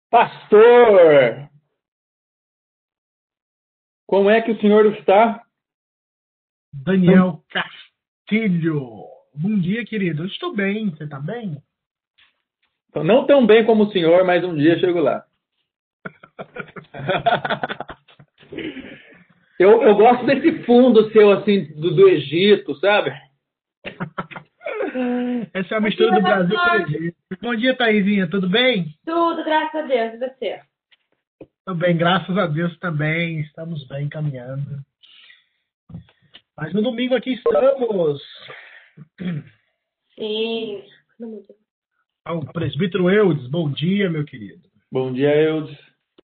Pastor, como é que o senhor está? Daniel Castilho. Bom dia, querido. Eu estou bem. Você está bem? Não tão bem como o senhor, mas um dia chego lá. Eu gosto desse fundo seu, assim, do Egito, sabe? Essa é a mistura do Brasil com o Egito. Bom dia, Thaisinha. Tudo bem? Tudo, graças a Deus. E você? Tudo bem, graças a Deus também. Estamos bem caminhando. Mas no domingo aqui estamos. Sim. Ao presbítero Eudes. Bom dia, meu querido. Bom dia, Eudes.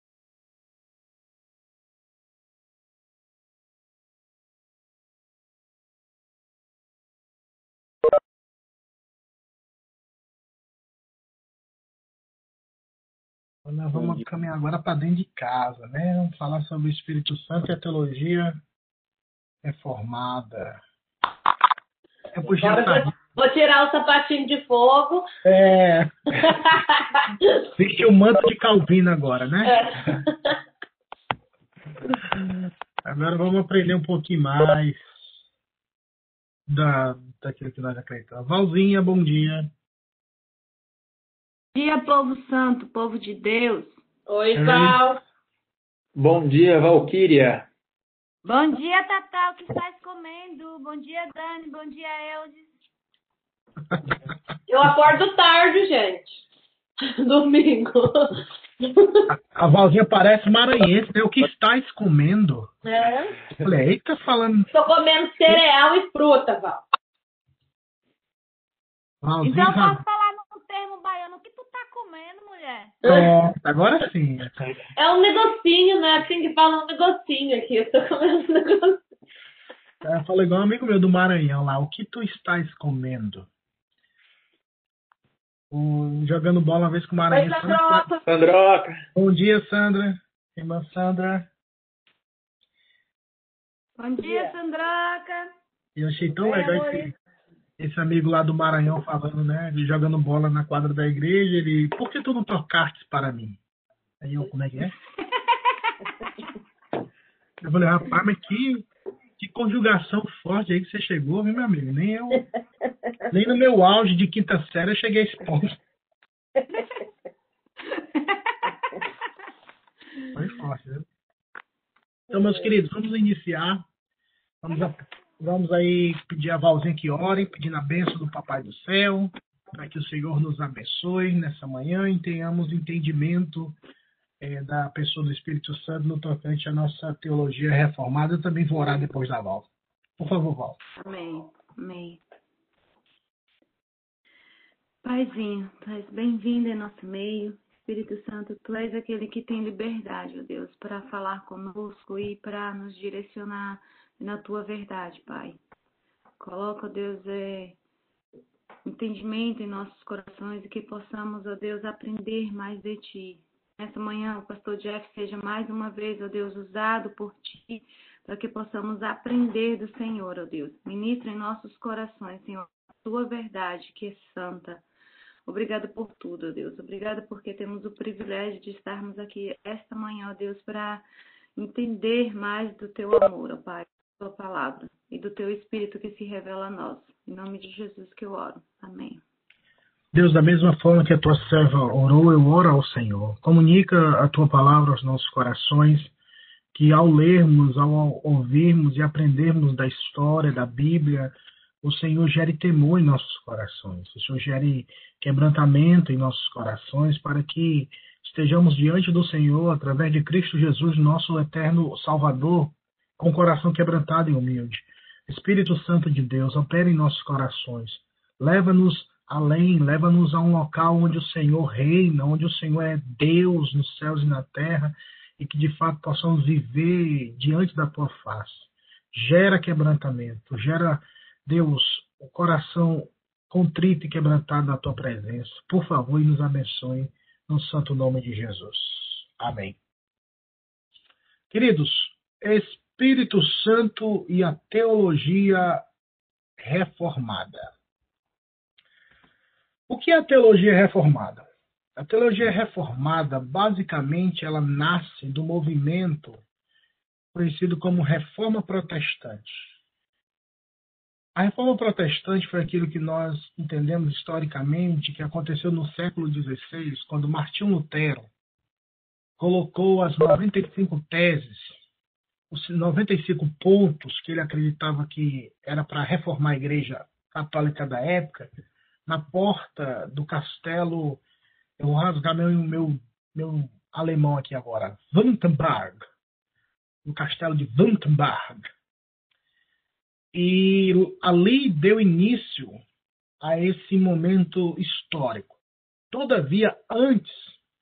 Nós vamos caminhar agora para dentro de casa, né? Vamos falar sobre o Espírito Santo e a teologia reformada. É puxar Agora vou tirar o sapatinho de fogo. Vestir o manto de Calvino agora, né? Agora vamos aprender um pouquinho mais daquilo que nós acreditamos. Valzinha, bom dia. Bom dia, povo santo, povo de Deus. Oi, Val. Bom dia, Valquíria. Bom dia, Tatá, o que estás comendo? Bom dia, Dani, bom dia, Eudes. Eu acordo tarde, gente. Domingo. A Valzinha parece maranhense, né? O que estás comendo? Falei, eita, falando. Tô comendo cereal e fruta, Val. Valzinha, Então eu posso falar num termo baiano, o que tu tá comendo, mulher? Agora sim. É um negocinho, né? Assim que fala um negocinho aqui. Eu tô comendo um negocinho. Eu falei igual um amigo meu do Maranhão lá, o que tu estás comendo? Jogando bola uma vez com o Maranhão. Sandroca. Bom dia, Sandra. Irmã Sandra. Bom dia, Sandraca. Eu achei tão legal esse amigo lá do Maranhão falando, né? Ele jogando bola na quadra da igreja. Ele, por que tu não tocaste para mim? Aí eu, como é que é? Eu falei, rapaz, mas que conjugação forte aí que você chegou, viu, meu amigo? Nem no meu auge de quinta série eu cheguei a esse ponto. Foi forte, né? Então, meus queridos, vamos iniciar. Vamos aí pedir a Valzinha que orem, pedindo a bênção do Papai do Céu, para que o Senhor nos abençoe nessa manhã e tenhamos entendimento da pessoa do Espírito Santo no tocante à nossa teologia reformada. Eu também vou orar depois da Val. Por favor, Val. Amém, amém. Paizinho, tu és bem-vindo em nosso meio. Espírito Santo, tu és aquele que tem liberdade, ó Deus, para falar conosco e para nos direcionar na tua verdade, Pai. Coloca, ó Deus, entendimento em nossos corações e que possamos, ó Deus, aprender mais de ti. Nessa manhã, o pastor Jeff seja mais uma vez, ó Deus, usado por ti, para que possamos aprender do Senhor, ó Deus. Ministra em nossos corações, Senhor, a tua verdade, que é santa. Obrigada por tudo, ó Deus. Obrigada porque temos o privilégio de estarmos aqui esta manhã, ó Deus, para entender mais do teu amor, ó Pai, da tua palavra e do teu Espírito que se revela a nós. Em nome de Jesus que eu oro. Amém. Deus, da mesma forma que a tua serva orou, eu oro ao Senhor. Comunica a tua palavra aos nossos corações, que ao lermos, ao ouvirmos e aprendermos da história, da Bíblia, o Senhor gere temor em nossos corações. O Senhor gere quebrantamento em nossos corações para que estejamos diante do Senhor, através de Cristo Jesus, nosso eterno Salvador, com o coração quebrantado e humilde. Espírito Santo de Deus, opera em nossos corações. Leva-nos além, leva-nos a um local onde o Senhor reina, onde o Senhor é Deus nos céus e na terra, e que de fato possamos viver diante da tua face. Gera quebrantamento, gera, Deus, o coração contrito e quebrantado na tua presença. Por favor, e nos abençoe no santo nome de Jesus. Amém. Queridos, Espírito Santo e a teologia reformada. O que é a teologia reformada? A teologia reformada, basicamente, ela nasce do movimento conhecido como Reforma Protestante. A Reforma Protestante foi aquilo que nós entendemos historicamente que aconteceu no século XVI, quando Martinho Lutero colocou as 95 teses, os 95 pontos que ele acreditava que era para reformar a Igreja Católica da época, na porta do castelo. Eu vou rasgar meu alemão aqui agora. Wittenberg. No castelo de Wittenberg. E ali deu início a esse momento histórico. Todavia, antes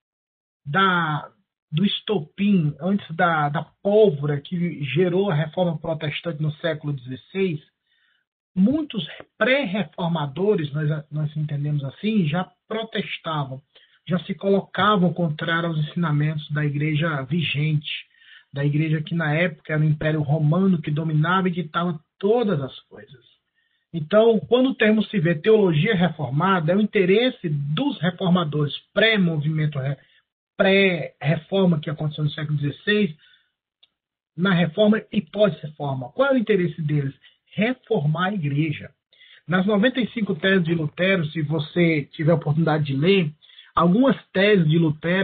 do estopim, antes da pólvora que gerou a reforma protestante no século XVI, muitos pré-reformadores, nós entendemos assim, já protestavam, já se colocavam contrário aos ensinamentos da igreja vigente, da igreja que na época era o Império Romano, que dominava e ditava todas as coisas. Então, quando o termo se vê teologia reformada, é o interesse dos reformadores pré-reforma que aconteceu no século XVI, na reforma e pós-reforma. Qual é o interesse deles? Reformar a igreja. Nas 95 teses de Lutero, se você tiver a oportunidade de ler, algumas teses de Lutero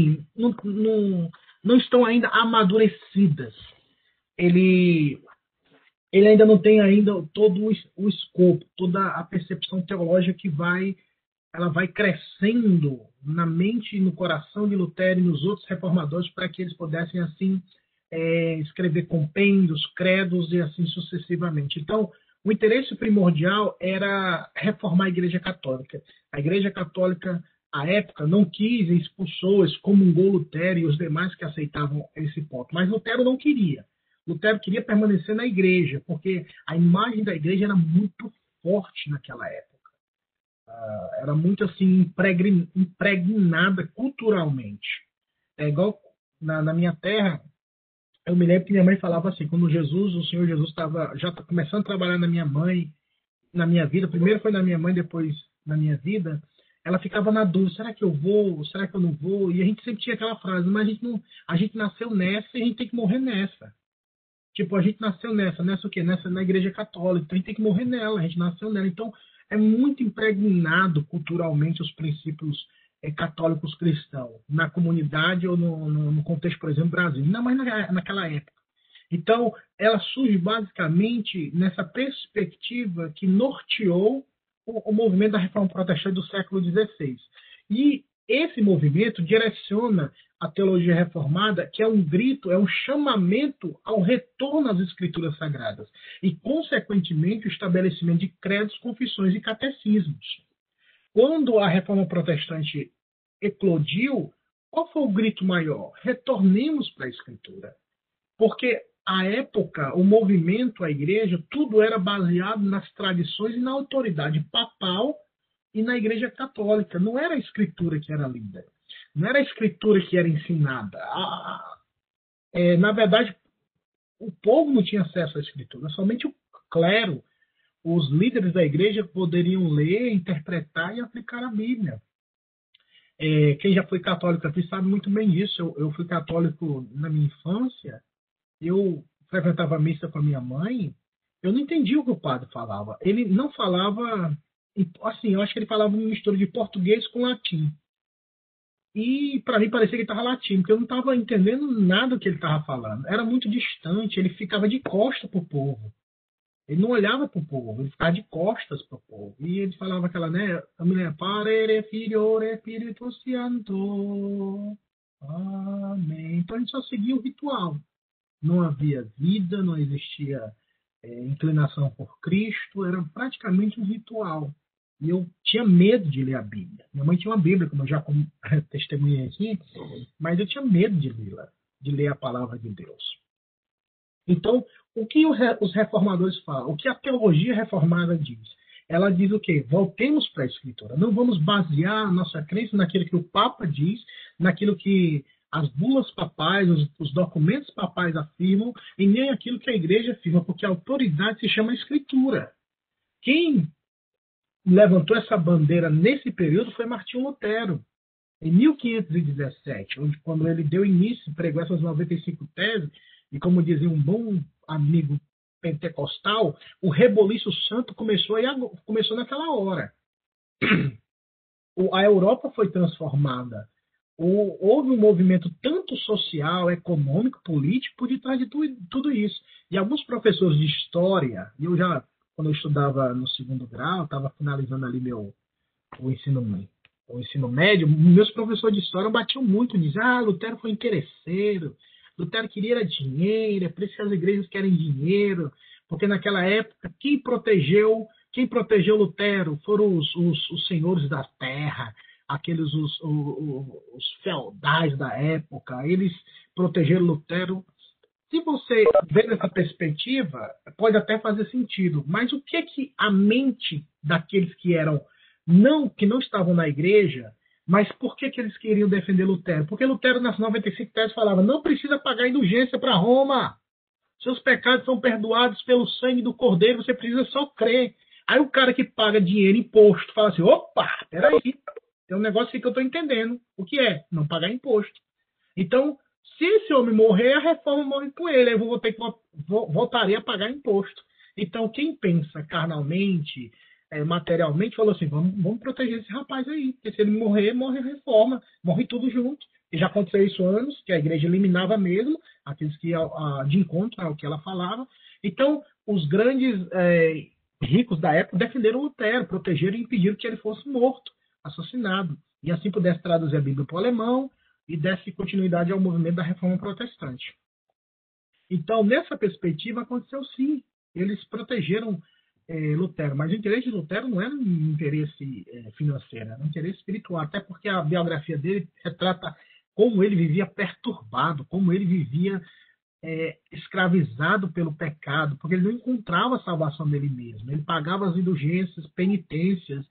não estão ainda amadurecidas. Ele ainda não tem ainda todo o escopo, toda a percepção teológica que ela vai crescendo na mente e no coração de Lutero e nos outros reformadores para que eles pudessem assim escrever compêndios, credos e assim sucessivamente. Então, o interesse primordial era reformar a Igreja Católica. A Igreja Católica, à época, não quis, expulsou, excomungou Lutero e os demais que aceitavam esse ponto. Mas Lutero não queria. Lutero queria permanecer na igreja, porque a imagem da igreja era muito forte naquela época. Era muito assim impregnada culturalmente. É igual na minha terra, eu me lembro que minha mãe falava assim, quando o Senhor Jesus estava já começando a trabalhar na minha mãe, na minha vida, primeiro foi na minha mãe, depois na minha vida, ela ficava na dúvida, será que eu vou, será que eu não vou? E a gente sempre tinha aquela frase, mas a gente nasceu nessa e a gente tem que morrer nessa. Tipo, a gente nasceu nessa o quê? Na igreja católica, então a gente tem que morrer nela, a gente nasceu nela. Então, é muito impregnado culturalmente os princípios católicos cristãos, na comunidade ou no contexto, por exemplo, Brasil, ainda mais naquela época. Então, ela surge basicamente nessa perspectiva que norteou o movimento da Reforma Protestante do século XVI. E esse movimento direciona a teologia reformada, que é um grito, é um chamamento ao retorno às escrituras sagradas e, consequentemente, o estabelecimento de credos, confissões e catecismos. Quando a Reforma Protestante eclodiu, qual foi o grito maior? Retornemos para a Escritura. Porque, à época, o movimento, a igreja, tudo era baseado nas tradições e na autoridade papal e na Igreja Católica. Não era a Escritura que era lida. Não era a Escritura que era ensinada. Na verdade, o povo não tinha acesso à Escritura. Somente o clero, os líderes da igreja poderiam ler, interpretar e aplicar a Bíblia. Quem já foi católico aqui sabe muito bem disso. Eu fui católico na minha infância. Eu frequentava a missa com a minha mãe. Eu não entendia o que o padre falava. Ele não falava... Assim, eu acho que ele falava uma mistura de português com latim. E para mim parecia que ele estava latim, porque eu não estava entendendo nada do que ele estava falando. Era muito distante, ele ficava de costas para o povo. Ele não olhava para o povo, ele ficava de costas para o povo. E ele falava aquela, né? A mulher, Parere, Filho, Espírito Santo. Amém. Então a gente só seguia o ritual. Não havia vida, não existia inclinação por Cristo, era praticamente um ritual. E eu tinha medo de ler a Bíblia. Minha mãe tinha uma Bíblia, como eu já testemunhei aqui, mas eu tinha medo de lê-la, de ler a palavra de Deus. Então, o que os reformadores falam? O que a teologia reformada diz? Ela diz o quê? Voltemos para a Escritura. Não vamos basear a nossa crença naquilo que o Papa diz, naquilo que as bulas papais, os documentos papais afirmam, e nem aquilo que a igreja afirma, porque a autoridade se chama Escritura. Quem levantou essa bandeira nesse período foi Martinho Lutero. em 1517, quando ele deu início, pregou essas 95 teses, e como dizia um bom amigo pentecostal, o reboliço santo começou naquela hora. A Europa foi transformada. Houve um movimento tanto social, econômico, político por detrás de tudo isso. E alguns professores de história, quando eu estudava no segundo grau, estava finalizando ali o ensino médio, meus professores de história batiam muito nisso. Lutero foi interesseiro, Lutero queria era dinheiro, é por isso que as igrejas querem dinheiro, porque naquela época quem protegeu Lutero foram os senhores da terra, os feudais da época, eles protegeram Lutero. Se você ver nessa perspectiva, pode até fazer sentido, mas o que a mente daqueles que não estavam na igreja, mas por que eles queriam defender Lutero? Porque Lutero, nas 95 teses, falava: não precisa pagar indulgência para Roma, seus pecados são perdoados pelo sangue do Cordeiro, você precisa só crer. Aí o cara que paga dinheiro, imposto, fala assim: opa, peraí, tem um negócio aqui que eu estou entendendo. O que é? Não pagar imposto. Então, se esse homem morrer, a reforma morre com ele. Aí eu vou ter que voltaria a pagar imposto. Então, quem pensa carnalmente, materialmente, falou assim: vamos proteger esse rapaz aí. Porque se ele morrer, morre a reforma, morre tudo junto. E já aconteceu isso há anos, que a igreja eliminava mesmo aqueles que de encontro ao que ela falava. Então, os grandes ricos da época defenderam Lutero, protegeram e impediram que ele fosse morto, assassinado. E assim pudesse traduzir a Bíblia para o alemão e desse continuidade ao movimento da Reforma Protestante. Então, nessa perspectiva, aconteceu sim. Eles protegeram Lutero, mas o interesse de Lutero não era um interesse financeiro, era um interesse espiritual, até porque a biografia dele retrata como ele vivia perturbado, como ele vivia escravizado pelo pecado, porque ele não encontrava a salvação dele mesmo. Ele pagava as indulgências, penitências,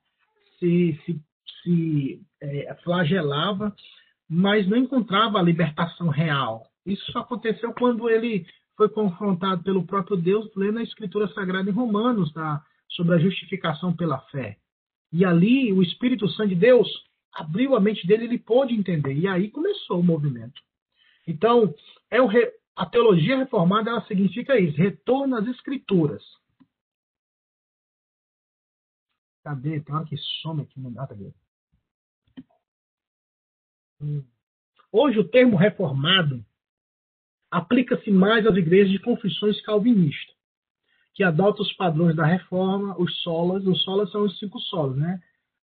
se flagelava, mas não encontrava a libertação real. Isso só aconteceu quando ele foi confrontado pelo próprio Deus, lendo a Escritura Sagrada em Romanos, sobre a justificação pela fé. E ali o Espírito Santo de Deus abriu a mente dele, ele pôde entender. E aí começou o movimento. Então, a teologia reformada, ela significa isso: retorno às Escrituras. Cadê? Tem uma que some aqui. Cadê? Hoje o termo reformado aplica-se mais às igrejas de confissões calvinistas, que adotam os padrões da reforma, os solas. Os solas são os 5 solas, né?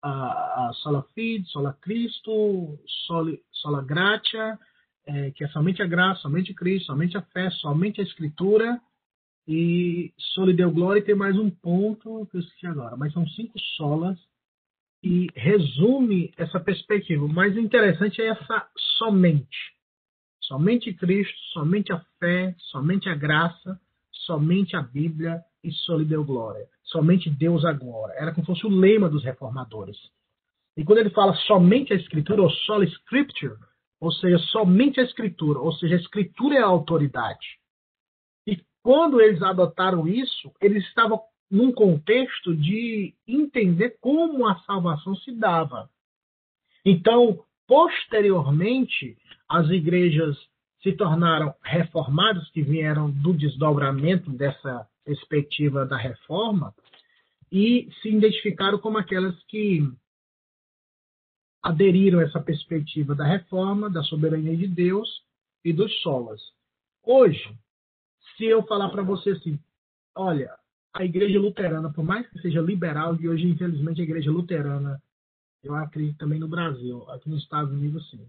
A sola fide, sola Cristo, sola gratia, que é somente a graça, somente Cristo, somente a fé, somente a Escritura, e soli Deo glória. E tem mais um ponto que eu esqueci agora, mas são 5 solas e resume essa perspectiva. O mais interessante é essa somente. Somente Cristo, somente a fé, somente a graça, somente a Bíblia e soli Deo glória. Somente Deus agora. Era como se fosse o lema dos reformadores. E quando ele fala somente a Escritura, ou sola Scripture, ou seja, somente a Escritura, ou seja, a Escritura é a autoridade. E quando eles adotaram isso, eles estavam num contexto de entender como a salvação se dava. Então, posteriormente, as igrejas se tornaram reformadas, que vieram do desdobramento dessa perspectiva da reforma, e se identificaram como aquelas que aderiram a essa perspectiva da reforma, da soberania de Deus e dos solas. Hoje, se eu falar para você assim: olha, a igreja luterana, por mais que seja liberal, e hoje, infelizmente, a igreja luterana, eu acredito também no Brasil, aqui nos Estados Unidos, sim.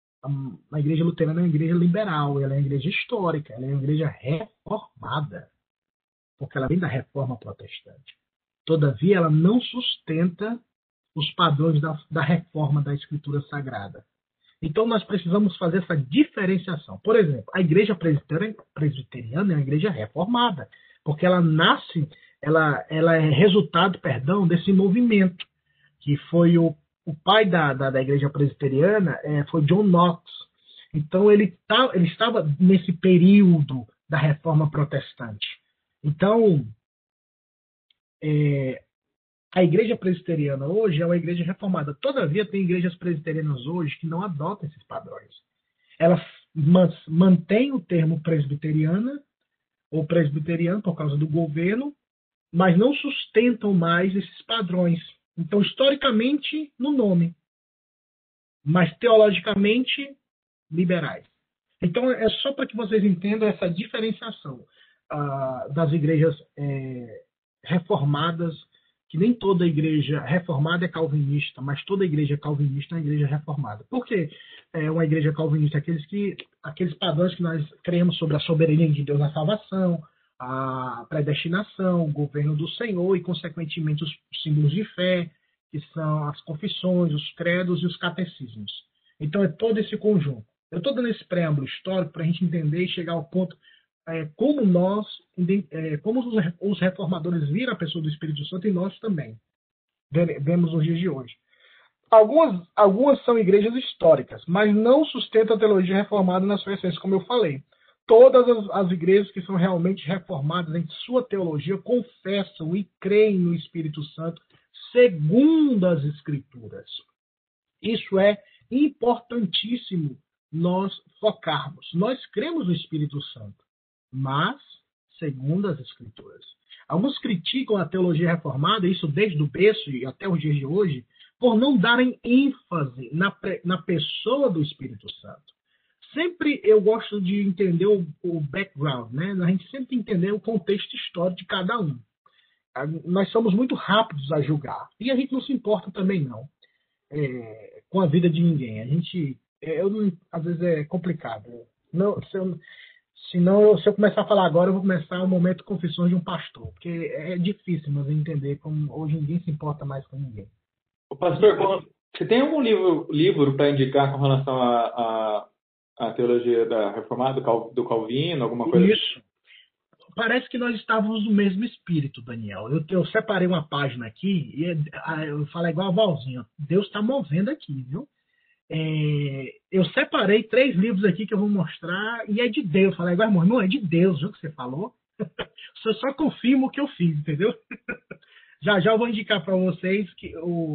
A igreja luterana é uma igreja liberal, ela é uma igreja histórica, ela é uma igreja reformada, porque ela vem da reforma protestante. Todavia, ela não sustenta os padrões da reforma da Escritura Sagrada. Então, nós precisamos fazer essa diferenciação. Por exemplo, a igreja presbiteriana é uma igreja reformada, porque ela nasce, ela é resultado, desse movimento, que foi o pai da igreja presbiteriana, foi John Knox. Então, ele estava nesse período da reforma protestante. Então, A igreja presbiteriana hoje é uma igreja reformada. Todavia, tem igrejas presbiterianas hoje que não adotam esses padrões. Elas mantêm o termo presbiteriana ou presbiteriano por causa do governo, mas não sustentam mais esses padrões. Então, historicamente, no nome, mas teologicamente, liberais. Então, é só para que vocês entendam essa diferenciação das igrejas reformadas, que nem toda igreja reformada é calvinista, mas toda igreja calvinista é uma igreja reformada. Por que uma igreja calvinista? Aqueles padrões que nós cremos sobre a soberania de Deus na salvação, a predestinação, o governo do Senhor e, consequentemente, os símbolos de fé, que são as confissões, os credos e os catecismos. Então, é todo esse conjunto. Eu estou dando esse preâmbulo histórico para a gente entender e chegar ao ponto como os reformadores viram a pessoa do Espírito Santo e nós também vemos nos dias de hoje. Algumas são igrejas históricas, mas não sustentam a teologia reformada na sua essência, como eu falei. Todas as igrejas que são realmente reformadas em sua teologia confessam e creem no Espírito Santo segundo as Escrituras. Isso é importantíssimo nós focarmos. Nós cremos no Espírito Santo, mas segundo as Escrituras. Alguns criticam a teologia reformada, isso desde o berço e até os dias de hoje, por não darem ênfase na pessoa do Espírito Santo. Sempre eu gosto de entender o background, né? A gente sempre entender o contexto histórico de cada um. Nós somos muito rápidos a julgar. E a gente não se importa também, não, com a vida de ninguém. Às vezes é complicado. Se eu começar a falar agora, eu vou começar o momento de confissões de um pastor. Porque é difícil nós entender como hoje ninguém se importa mais com ninguém. O pastor, você tem algum livro para indicar com relação à teologia da reformada, do Calvino, alguma coisa? Isso. Parece que nós estávamos no mesmo espírito, Daniel. Eu separei uma página aqui e eu falo igual a Valzinha. Deus está movendo aqui, viu? Eu separei 3 livros aqui que eu vou mostrar e é de Deus. Falei igual, irmão, não é de Deus, viu, que você falou? Eu só confirmo o que eu fiz, entendeu? Já eu vou indicar para vocês que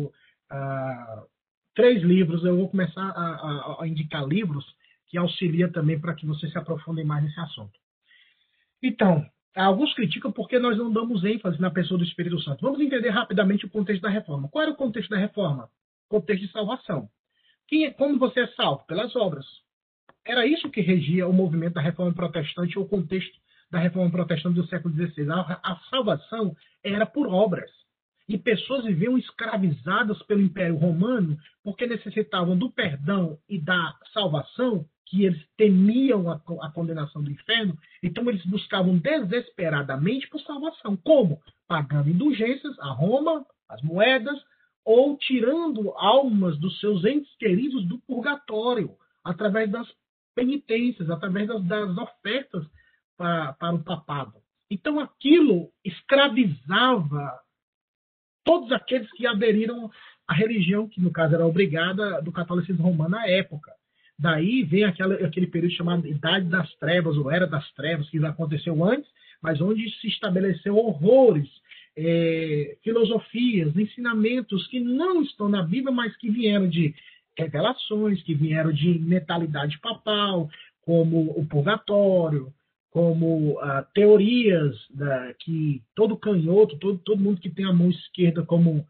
3 livros. Eu vou começar a indicar livros que auxiliam também para que vocês se aprofundem mais nesse assunto. Então, alguns criticam porque nós não damos ênfase na pessoa do Espírito Santo. Vamos entender rapidamente o contexto da reforma. Qual era o contexto da reforma? Contexto de salvação. Como você é salvo? Pelas obras. Era isso que regia o movimento da reforma protestante, ou o contexto da reforma protestante do século XVI. A salvação era por obras. E pessoas viviam escravizadas pelo Império Romano porque necessitavam do perdão e da salvação, que eles temiam a condenação do inferno. Então eles buscavam desesperadamente por salvação. Como? Pagando indulgências a Roma, as moedas, ou tirando almas dos seus entes queridos do purgatório, através das penitências, através das ofertas para o papado. Então aquilo escravizava todos aqueles que aderiram à religião, que no caso era obrigada, do catolicismo romano na época. Daí vem aquele período chamado Idade das Trevas, ou Era das Trevas, que aconteceu antes, mas onde se estabeleceu horrores, filosofias, ensinamentos que não estão na Bíblia, mas que vieram de revelações, que vieram de mentalidade papal, como o purgatório, como teorias que todo canhoto, todo mundo que tem a mão esquerda como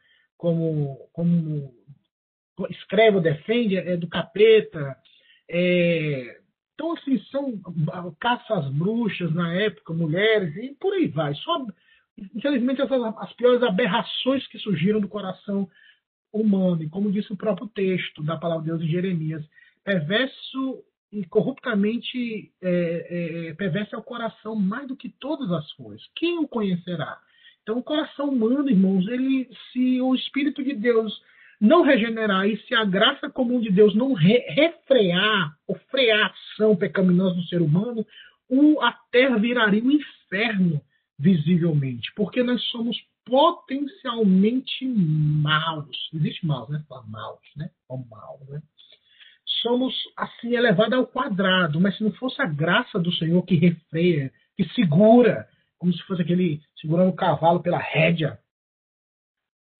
escreve ou defende, é do capeta. Então, assim, são caça às bruxas na época, mulheres, e por aí vai. Infelizmente, as piores aberrações que surgiram do coração humano. E como disse o próprio texto da palavra de Deus em Jeremias, perverso e corruptamente perverso é o coração mais do que todas as coisas. Quem o conhecerá? Então, o coração humano, irmãos, se o Espírito de Deus não regenerar e se a graça comum de Deus não refrear ou frear a ação pecaminosa do ser humano, a terra viraria um inferno visivelmente, porque nós somos potencialmente maus. Existe maus, né? Maus, né? Ou mal, né? Somos assim elevados ao quadrado, mas se não fosse a graça do Senhor que refreia, que segura, como se fosse aquele segurando o cavalo pela rédea,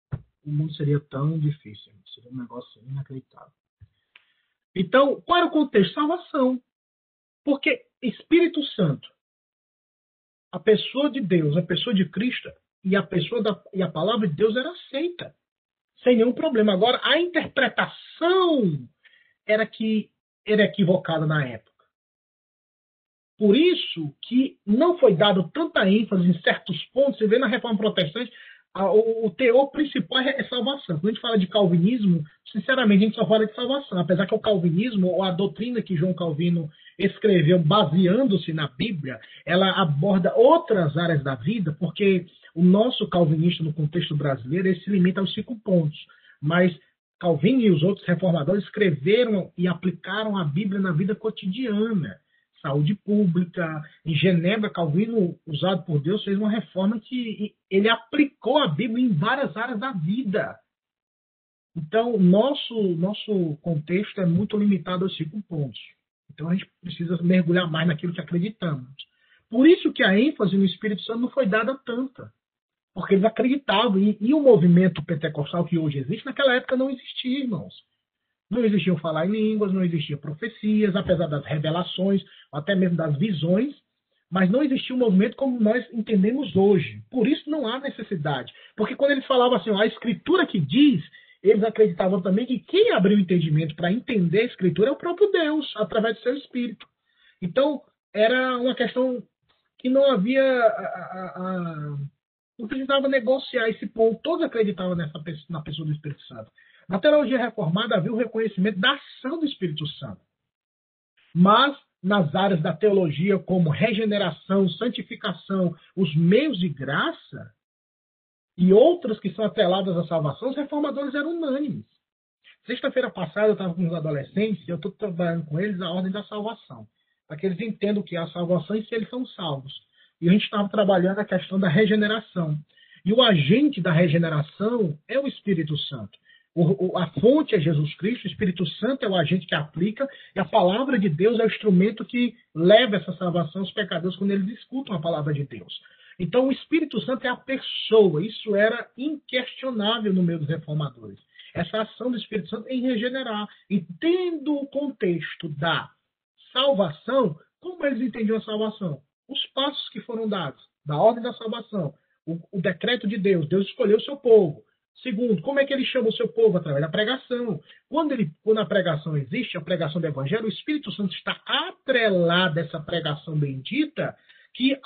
o mundo seria tão difícil. Seria um negócio inacreditável. Então, qual era o contexto? Salvação. Porque Espírito Santo, a pessoa de Deus, a pessoa de Cristo e a palavra de Deus era aceita, sem nenhum problema. Agora, a interpretação era equivocada na época. Por isso que não foi dado tanta ênfase em certos pontos. Você vê na Reforma Protestante, o teor principal é salvação. Quando a gente fala de calvinismo, sinceramente, a gente só fala de salvação. Apesar que o calvinismo, ou a doutrina que João Calvino escreveu baseando-se na Bíblia, ela aborda outras áreas da vida, porque o nosso calvinista no contexto brasileiro, ele se limita aos 5 pontos. Mas Calvino e os outros reformadores escreveram e aplicaram a Bíblia na vida cotidiana. Saúde pública. Em Genebra, Calvino, usado por Deus, fez uma reforma que ele aplicou a Bíblia em várias áreas da vida. Então, nosso contexto é muito limitado aos 5 pontos. Então, a gente precisa mergulhar mais naquilo que acreditamos. Por isso que a ênfase no Espírito Santo não foi dada tanta. Porque eles acreditavam. E o movimento pentecostal que hoje existe, naquela época não existia, irmãos. Não existiam falar em línguas, não existiam profecias, apesar das revelações, ou até mesmo das visões, mas não existia um movimento como nós entendemos hoje. Por isso não há necessidade. Porque quando eles falavam assim, a Escritura que diz, eles acreditavam também que quem abriu o entendimento para entender a Escritura é o próprio Deus, através do seu Espírito. Então, era uma questão que não havia... não precisava negociar esse ponto. Todos acreditavam na pessoa do Espírito Santo. Na teologia reformada havia o reconhecimento da ação do Espírito Santo. Mas nas áreas da teologia como regeneração, santificação, os meios de graça e outras que são atreladas à salvação, os reformadores eram unânimes. Sexta-feira passada eu estava com os adolescentes e eu estou trabalhando com eles a ordem da salvação, para que eles entendam o que é a salvação e se eles são salvos. E a gente estava trabalhando a questão da regeneração. E o agente da regeneração é o Espírito Santo. A fonte é Jesus Cristo, o Espírito Santo é o agente que aplica, e a palavra de Deus é o instrumento que leva essa salvação aos pecadores quando eles escutam a palavra de Deus. Então o Espírito Santo é a pessoa, isso era inquestionável no meio dos reformadores. Essa ação do Espírito Santo em regenerar. E tendo o contexto da salvação, como eles entendiam a salvação? Os passos que foram dados, da ordem da salvação, o decreto de Deus, Deus escolheu o seu povo. Segundo, como é que ele chama o seu povo? Através da pregação. Quando a pregação existe, a pregação do Evangelho, o Espírito Santo está atrelado a essa pregação bendita, que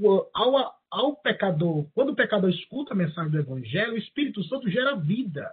ao pecador, quando o pecador escuta a mensagem do Evangelho, o Espírito Santo gera vida.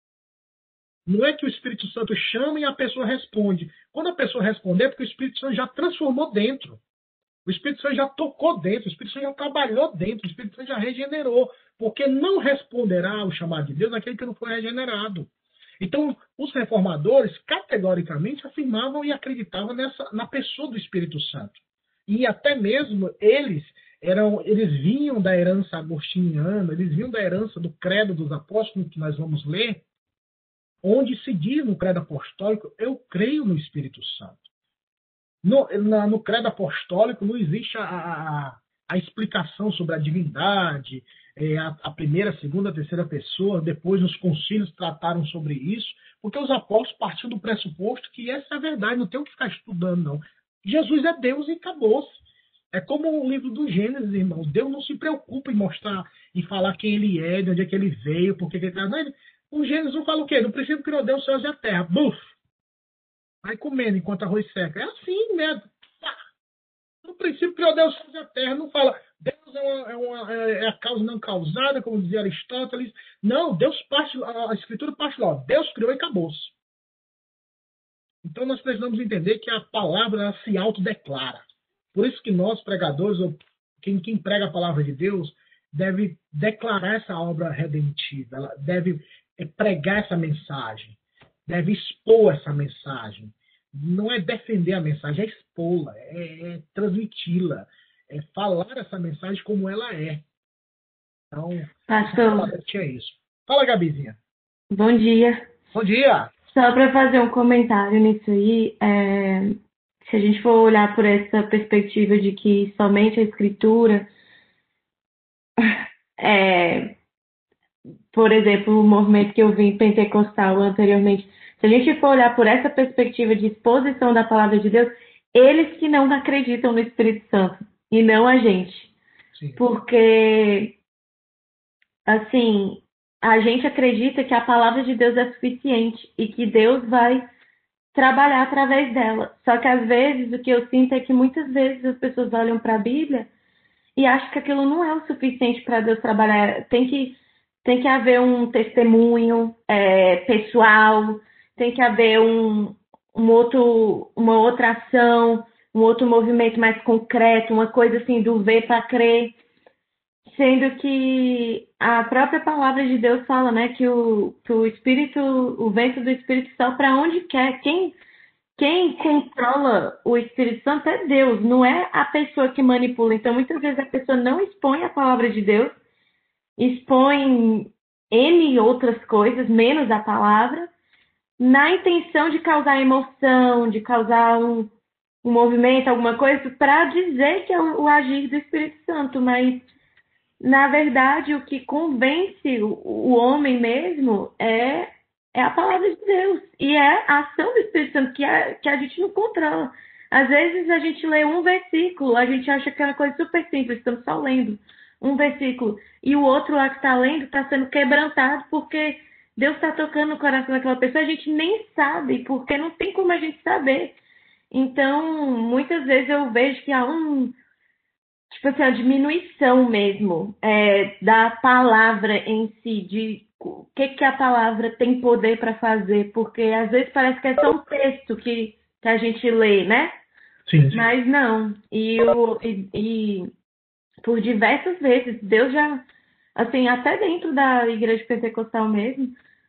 Não é que o Espírito Santo chama e a pessoa responde. Quando a pessoa responder, é porque o Espírito Santo já transformou dentro. O Espírito Santo já tocou dentro, o Espírito Santo já trabalhou dentro, o Espírito Santo já regenerou. Porque não responderá ao chamado de Deus aquele que não foi regenerado. Então, os reformadores categoricamente afirmavam e acreditavam na pessoa do Espírito Santo. E até mesmo eles vinham da herança agostiniana, eles vinham da herança do credo dos apóstolos, que nós vamos ler, onde se diz no credo apostólico, eu creio no Espírito Santo. No credo apostólico não existe a explicação sobre a divindade, a primeira, a segunda, a terceira pessoa. Depois os concílios trataram sobre isso, porque os apóstolos partiam do pressuposto que essa é a verdade, não tem o que ficar estudando, não. Jesus é Deus e acabou-se. É como o livro do Gênesis, irmãos. Deus não se preocupa em mostrar, em falar quem ele é, de onde é que ele veio, por que ele está. O Gênesis não fala o quê? No princípio criou Deus, os céus e a terra. Buf! Vai comendo enquanto arroz seca. É assim mesmo. No princípio criou Deus, os céus e a terra. Não fala Deus é a causa não causada, como dizia Aristóteles. Não, Deus parte, a Escritura parte lá. Deus criou e acabou-se. Então nós precisamos entender que a palavra se autodeclara. Por isso que nós, pregadores, ou quem prega a palavra de Deus, deve declarar essa obra redentiva. Ela deve pregar essa mensagem. Deve expor essa mensagem. Não é defender a mensagem, é expô-la, é transmiti-la, é falar essa mensagem como ela é. Então, Pastor, é isso. Fala, Gabizinha. Bom dia. Bom dia. Só para fazer um comentário nisso aí, se a gente for olhar por essa perspectiva de que somente a Escritura por exemplo, o movimento que eu vi pentecostal anteriormente, se a gente for olhar por essa perspectiva de exposição da palavra de Deus, eles que não acreditam no Espírito Santo e não a gente. Sim. Porque, assim, a gente acredita que a palavra de Deus é suficiente e que Deus vai trabalhar através dela. Só que às vezes o que eu sinto é que muitas vezes as pessoas olham para a Bíblia e acham que aquilo não é o suficiente para Deus trabalhar. Tem que haver um testemunho pessoal, tem que haver uma outra ação, um outro movimento mais concreto, uma coisa assim do ver para crer. Sendo que a própria palavra de Deus fala, né, que o Espírito, o vento do Espírito sopra para onde quer. Quem controla o Espírito Santo é Deus, não é a pessoa que manipula. Então, muitas vezes a pessoa não expõe a palavra de Deus, expõe N outras coisas, menos a palavra, na intenção de causar emoção, de causar um movimento, alguma coisa, para dizer que é o agir do Espírito Santo. Mas, na verdade, o que convence o homem mesmo é a palavra de Deus. E é a ação do Espírito Santo que a gente não controla. Às vezes a gente lê um versículo, a gente acha que é uma coisa super simples, estamos só lendo um versículo. E o outro lá que está lendo está sendo quebrantado porque Deus está tocando no coração daquela pessoa. A gente nem sabe, porque não tem como a gente saber. Então, muitas vezes eu vejo que há tipo assim, a diminuição mesmo da palavra em si, de o que a palavra tem poder para fazer, porque às vezes parece que é só um texto que a gente lê, né? Sim. Mas não. E por diversas vezes, Deus já, assim, até dentro da igreja pentecostal mesmo,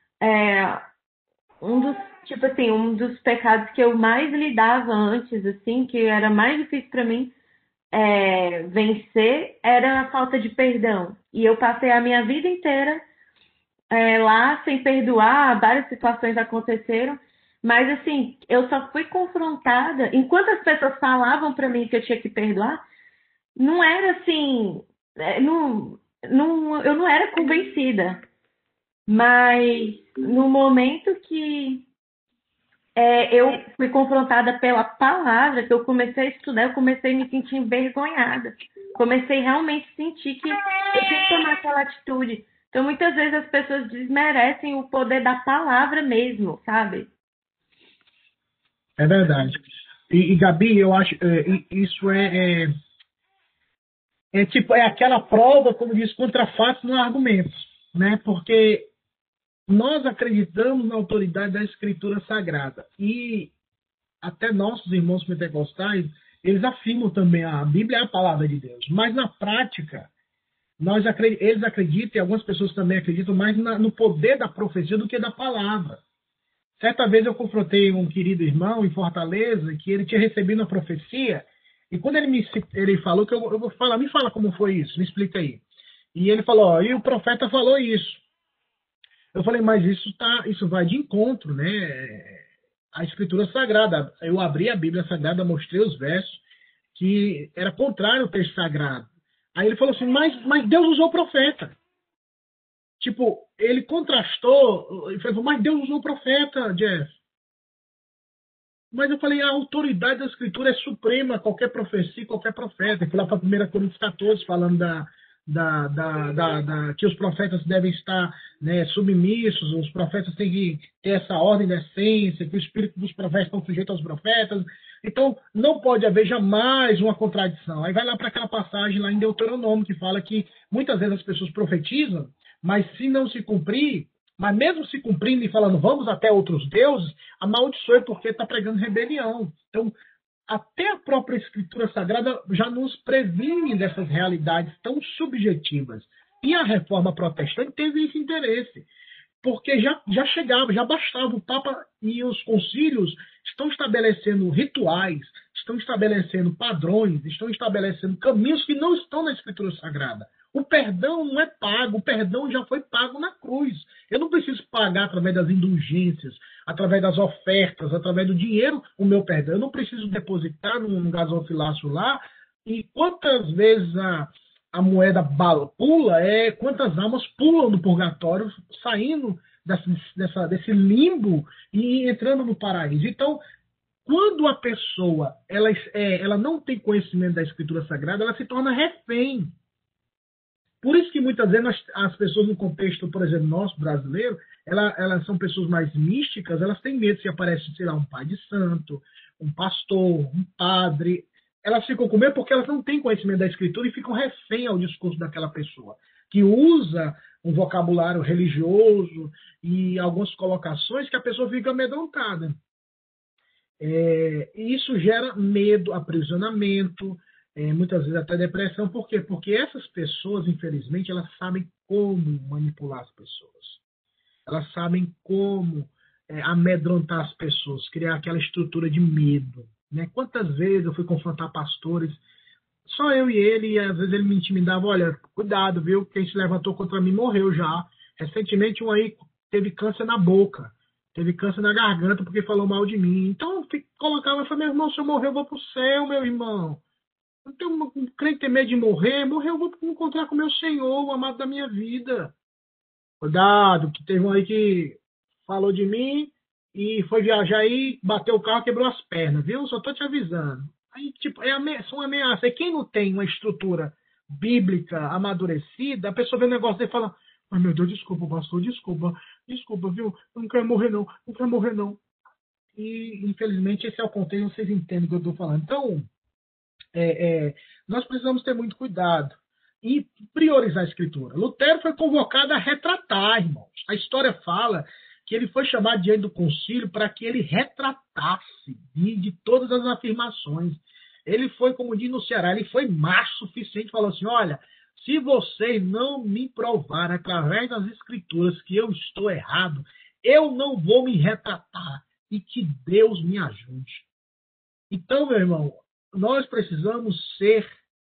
um dos pecados que eu mais lidava antes, assim, que era mais difícil para mim vencer, era a falta de perdão. E eu passei a minha vida inteira lá sem perdoar, várias situações aconteceram, mas assim, eu só fui confrontada, enquanto as pessoas falavam para mim que eu tinha que perdoar, não era assim, eu não era convencida, mas no momento que eu fui confrontada pela palavra, que eu comecei a estudar, eu comecei a me sentir envergonhada. Comecei realmente a sentir que eu tinha que tomar aquela atitude. Então, muitas vezes as pessoas desmerecem o poder da palavra mesmo, sabe? É verdade. E Gabi, eu acho isso tipo, é aquela prova, como diz, contra fatos não há argumentos, né? Porque nós acreditamos na autoridade da Escritura Sagrada e até nossos irmãos pentecostais, eles afirmam também a Bíblia é a palavra de Deus, mas na prática eles acreditam, e algumas pessoas também acreditam mais no poder da profecia do que da palavra. Certa vez eu confrontei um querido irmão em Fortaleza que ele tinha recebido uma profecia e quando ele falou que eu vou falar, me fala como foi isso, me explica aí. E ele falou, e o profeta falou isso. Eu falei, mas isso vai de encontro, né? A Escritura Sagrada. Eu abri a Bíblia Sagrada, mostrei os versos que era contrário ao texto sagrado. Aí ele falou assim, mas Deus usou o profeta. Tipo, ele contrastou, ele falou, mas Deus usou o profeta, Jeff. Mas eu falei, a autoridade da Escritura é suprema, qualquer profecia, qualquer profeta. Ele foi lá para 1 Coríntios 14, falando que os profetas devem estar, né, submissos, os profetas têm que ter essa ordem da essência, que o espírito dos profetas estão sujeitos aos profetas. Então, não pode haver jamais uma contradição. Aí vai lá para aquela passagem lá em Deuteronômio, que fala que muitas vezes as pessoas profetizam, mas se não se cumprir, mas mesmo se cumprindo e falando vamos até outros deuses, amaldiçoe porque está pregando rebelião. Então, até a própria Escritura Sagrada já nos previne dessas realidades tão subjetivas. E a Reforma Protestante teve esse interesse, porque já chegava, já bastava. O Papa e os concílios estão estabelecendo rituais, estão estabelecendo padrões, estão estabelecendo caminhos que não estão na Escritura Sagrada. O perdão não é pago, o perdão já foi pago na cruz. Eu não preciso pagar através das indulgências, através das ofertas, através do dinheiro o meu perdão. Eu não preciso depositar num gasofilácio lá. E quantas vezes a moeda pula, é quantas almas pulam do purgatório, saindo desse limbo e entrando no paraíso. Então, quando a pessoa ela não tem conhecimento da Escritura Sagrada, ela se torna refém. Por isso que muitas vezes as pessoas no contexto, por exemplo, nosso brasileiro, elas são pessoas mais místicas, elas têm medo se aparece, sei lá, um pai de santo, um pastor, um padre. Elas ficam com medo porque elas não têm conhecimento da Escritura e ficam refém ao discurso daquela pessoa, que usa um vocabulário religioso e algumas colocações que a pessoa fica amedrontada. E isso gera medo, aprisionamento, muitas vezes até depressão. Por quê? Porque essas pessoas, infelizmente, elas sabem como manipular as pessoas. Elas sabem como amedrontar as pessoas, criar aquela estrutura de medo. Né? Quantas vezes eu fui confrontar pastores, só eu e ele, e às vezes ele me intimidava, olha, cuidado, viu? Quem se levantou contra mim morreu já. Recentemente um aí teve câncer na boca, teve câncer na garganta porque falou mal de mim. Então eu colocava e falei, meu irmão, se eu morrer eu vou pro céu, meu irmão. Não tenho um crente ter medo de morrer, eu vou me encontrar com o meu Senhor, o amado da minha vida. Cuidado, que teve um aí que falou de mim e foi viajar aí, bateu o carro, quebrou as pernas, viu? Só tô te avisando. Aí, tipo, são ameaças. E quem não tem uma estrutura bíblica amadurecida, a pessoa vê um negócio dele e fala, ai meu Deus, desculpa, pastor, desculpa, viu? Eu não quero morrer não quero morrer não. E, infelizmente, esse é o contexto, vocês entendem o que eu estou falando. Então, nós precisamos ter muito cuidado e priorizar a Escritura. Lutero foi convocado a retratar, irmãos. A história fala que ele foi chamado diante do concílio para que ele retratasse de todas as afirmações. Ele foi, como diz no Ceará, ele foi macho o suficiente, falou assim, olha, se vocês não me provarem através das Escrituras que eu estou errado, eu não vou me retratar e que Deus me ajude. Então, meu irmão, nós precisamos ser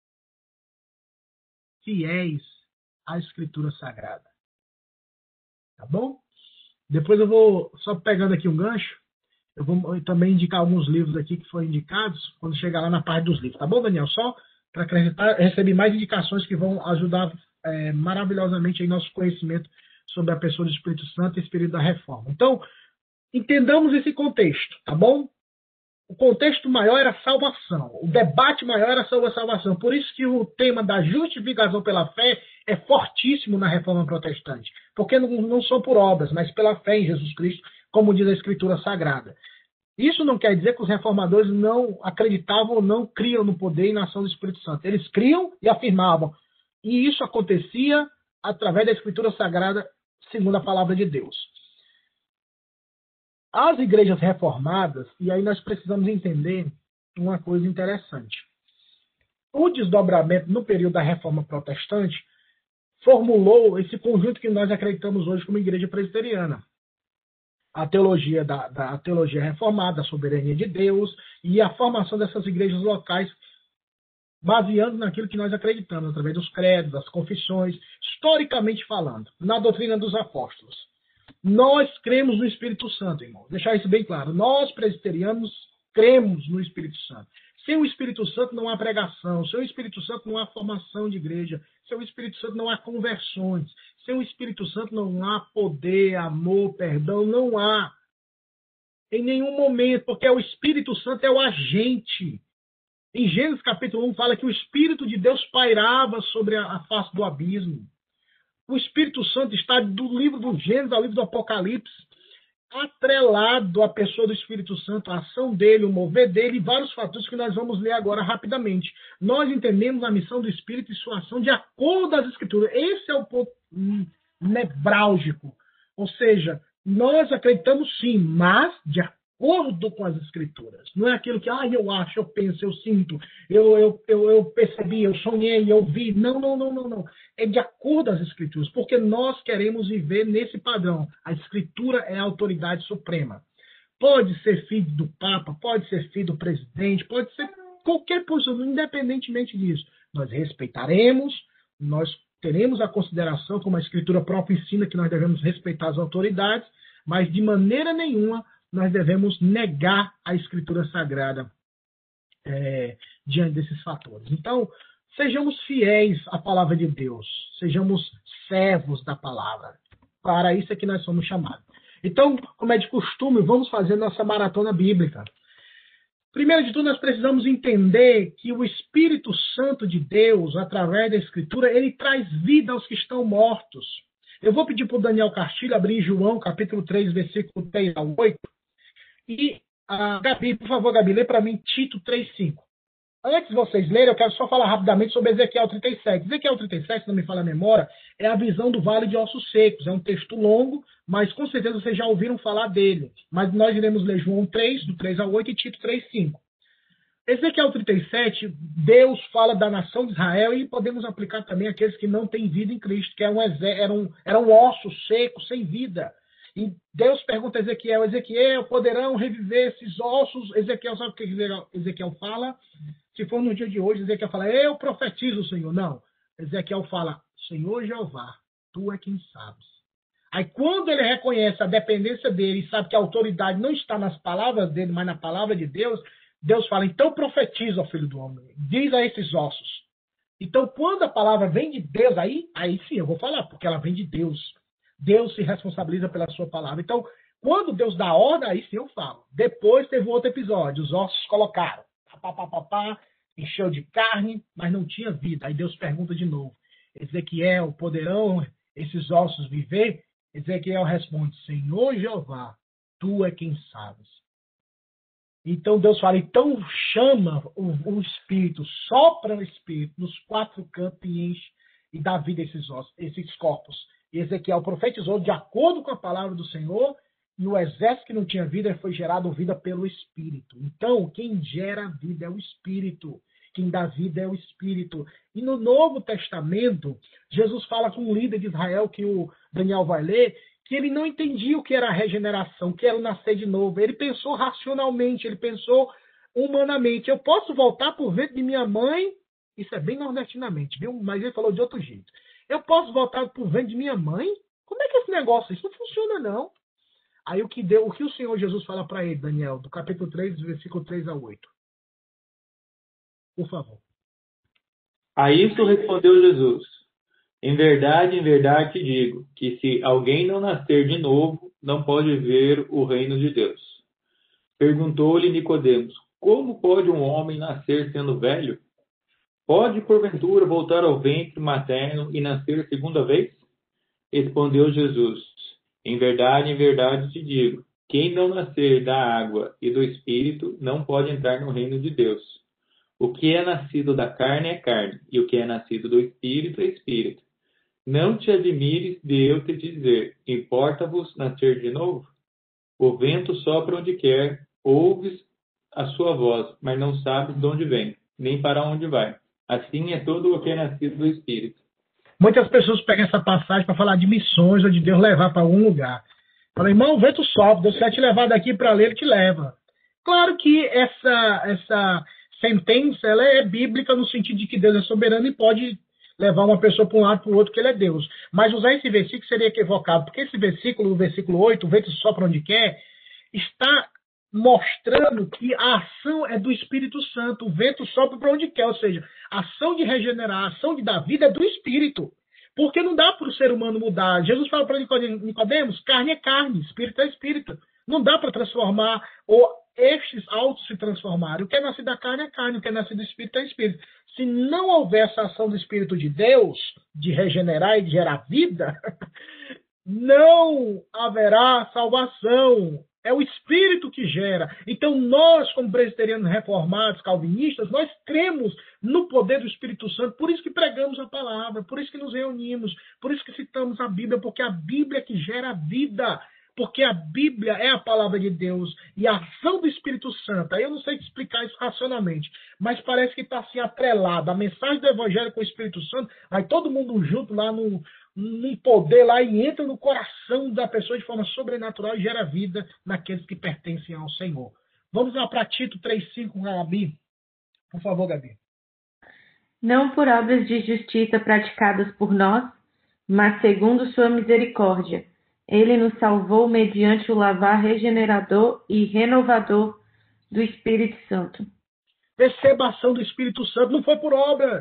fiéis à Escritura Sagrada. Tá bom? Depois eu vou, só pegando aqui um gancho, eu vou também indicar alguns livros aqui que foram indicados, quando chegar lá na parte dos livros. Tá bom, Daniel? Só para acrescentar, receber mais indicações que vão ajudar maravilhosamente em nosso conhecimento sobre a pessoa do Espírito Santo e Espírito da Reforma. Então, entendamos esse contexto, tá bom? O contexto maior era a salvação. O debate maior era sobre a salvação. Por isso que o tema da justificação pela fé é fortíssimo na Reforma Protestante. Porque não são por obras, mas pela fé em Jesus Cristo, como diz a Escritura Sagrada. Isso não quer dizer que os reformadores não acreditavam ou não criam no poder e na ação do Espírito Santo. Eles criam e afirmavam. E isso acontecia através da Escritura Sagrada, segundo a palavra de Deus. As igrejas reformadas, e aí nós precisamos entender uma coisa interessante. O desdobramento no período da Reforma Protestante formulou esse conjunto que nós acreditamos hoje como igreja presbiteriana. A teologia da teologia reformada, a soberania de Deus e a formação dessas igrejas locais baseando naquilo que nós acreditamos, através dos credos, das confissões, historicamente falando, na doutrina dos apóstolos. Nós cremos no Espírito Santo, irmão. Deixar isso bem claro. Nós, presbiterianos, cremos no Espírito Santo. Sem o Espírito Santo não há pregação. Sem o Espírito Santo não há formação de igreja. Sem o Espírito Santo não há conversões. Sem o Espírito Santo não há poder, amor, perdão. Não há. Em nenhum momento. Porque o Espírito Santo é o agente. Em Gênesis capítulo 1 fala que o Espírito de Deus pairava sobre a face do abismo. O Espírito Santo está do livro do Gênesis ao livro do Apocalipse, atrelado à pessoa do Espírito Santo, a ação dele, o mover dele e vários fatores que nós vamos ler agora rapidamente. Nós entendemos a missão do Espírito e sua ação de acordo às Escrituras. Esse é o ponto nevrálgico. Ou seja, nós acreditamos sim, mas de acordo com as Escrituras. Não é aquilo que eu acho, eu penso, eu sinto, eu percebi, eu sonhei, eu vi. Não. É de acordo às Escrituras, porque nós queremos viver nesse padrão. A Escritura é a autoridade suprema. Pode ser filho do Papa, pode ser filho do presidente, pode ser qualquer pessoa, independentemente disso. Nós respeitaremos, nós teremos a consideração, como a Escritura própria ensina, que nós devemos respeitar as autoridades, mas de maneira nenhuma nós devemos negar a Escritura Sagrada diante desses fatores. Então, sejamos fiéis à palavra de Deus, sejamos servos da palavra. Para isso é que nós somos chamados. Então, como é de costume, vamos fazer nossa maratona bíblica. Primeiro de tudo, nós precisamos entender que o Espírito Santo de Deus, através da Escritura, ele traz vida aos que estão mortos. Eu vou pedir para o Daniel Castilho abrir em João, capítulo 3, versículo 3 a 8. E, Gabi, por favor, Gabi, lê para mim Tito 3:5. Antes de vocês lerem, eu quero só falar rapidamente sobre Ezequiel 37. Ezequiel 37, se não me falha a memória, é a visão do Vale de Ossos Secos. É um texto longo, mas com certeza vocês já ouviram falar dele. Mas nós iremos ler João 3, do 3 ao 8, e Tito 3:5. Ezequiel 37, Deus fala da nação de Israel e podemos aplicar também aqueles que não têm vida em Cristo, que eram ossos secos, sem vida. E Deus pergunta a Ezequiel, Ezequiel, poderão reviver esses ossos? Ezequiel, sabe o que Ezequiel fala? Se for no dia de hoje, Ezequiel fala, eu profetizo, Senhor. Não. Ezequiel fala, Senhor Jeová, tu é quem sabes. Aí quando ele reconhece a dependência dele e sabe que a autoridade não está nas palavras dele, mas na palavra de Deus, Deus fala, então profetiza, ó filho do homem, diz a esses ossos. Então quando a palavra vem de Deus, aí sim eu vou falar, porque ela vem de Deus. Deus se responsabiliza pela sua palavra. Então, quando Deus dá ordem, aí sim eu falo. Depois teve outro episódio, os ossos colocaram. Encheu de carne, mas não tinha vida. Aí Deus pergunta de novo, Ezequiel, poderão esses ossos viver? Ezequiel responde, Senhor Jeová, tu é quem sabes. Então Deus fala, então chama o Espírito, sopra o Espírito nos quatro cantos e enche e dá vida a esses ossos, esses corpos. E Ezequiel profetizou de acordo com a palavra do Senhor, e o exército que não tinha vida foi gerado vida pelo Espírito. Então, quem gera vida é o Espírito. Quem dá vida é o Espírito. E no Novo Testamento, Jesus fala com um líder de Israel, que o Daniel vai ler, que ele não entendia o que era a regeneração, o que era o nascer de novo. Ele pensou racionalmente, ele pensou humanamente. Eu posso voltar por ventre de minha mãe? Isso é bem nordestinamente, viu? Mas ele falou de outro jeito. Eu posso voltar por ventre de minha mãe? Como é que é esse negócio? Isso não funciona, não. Aí o que o Senhor Jesus fala para ele, Daniel, do capítulo 3, versículo 3 a 8. Por favor. A isso respondeu Jesus, em verdade te digo, que se alguém não nascer de novo, não pode ver o reino de Deus. Perguntou-lhe Nicodemos, como pode um homem nascer sendo velho? Pode, porventura, voltar ao ventre materno e nascer segunda vez? Respondeu Jesus, em verdade te digo, quem não nascer da água e do Espírito não pode entrar no reino de Deus. O que é nascido da carne é carne, e o que é nascido do Espírito é Espírito. Não te admires de eu te dizer, importa-vos nascer de novo? O vento sopra onde quer, ouves a sua voz, mas não sabes de onde vem, nem para onde vai. Assim é todo o que é nascido do Espírito. Muitas pessoas pegam essa passagem para falar de missões ou de Deus levar para algum lugar. Fala, irmão, o vento sopra, Deus quer te levar daqui para ali, ele te leva. Claro que essa sentença ela é bíblica no sentido de que Deus é soberano e pode levar uma pessoa para um lado para o outro, que ele é Deus. Mas usar esse versículo seria equivocado, porque esse versículo, o versículo 8, o vento sopra onde quer, está mostrando que a ação é do Espírito Santo. O vento sopra para onde quer, ou seja, a ação de regenerar, a ação de dar vida é do Espírito. Porque não dá para o ser humano mudar. Jesus fala para Nicodemos, carne é carne, espírito é espírito. Não dá para transformar, ou estes autos se transformarem. O que é nascido da carne é carne, o que é nascido do espírito é espírito. Se não houver essa ação do Espírito de Deus, de regenerar e de gerar vida, não haverá salvação. É o Espírito que gera. Então nós, como presbiterianos reformados, calvinistas, nós cremos no poder do Espírito Santo. Por isso que pregamos a palavra, por isso que nos reunimos, por isso que citamos a Bíblia, porque a Bíblia é que gera vida. Porque a Bíblia é a palavra de Deus e a ação do Espírito Santo. Aí eu não sei te explicar isso racionalmente, mas parece que está assim atrelado. A mensagem do Evangelho com o Espírito Santo, vai todo mundo junto lá num poder lá e entra no coração da pessoa de forma sobrenatural e gera vida naqueles que pertencem ao Senhor. Vamos lá para Tito 3,5, Gabi. Por favor, Gabi. Não por obras de justiça praticadas por nós, mas segundo sua misericórdia. Ele nos salvou mediante o lavar regenerador e renovador do Espírito Santo. Perceba a ação do Espírito Santo, não foi por obras.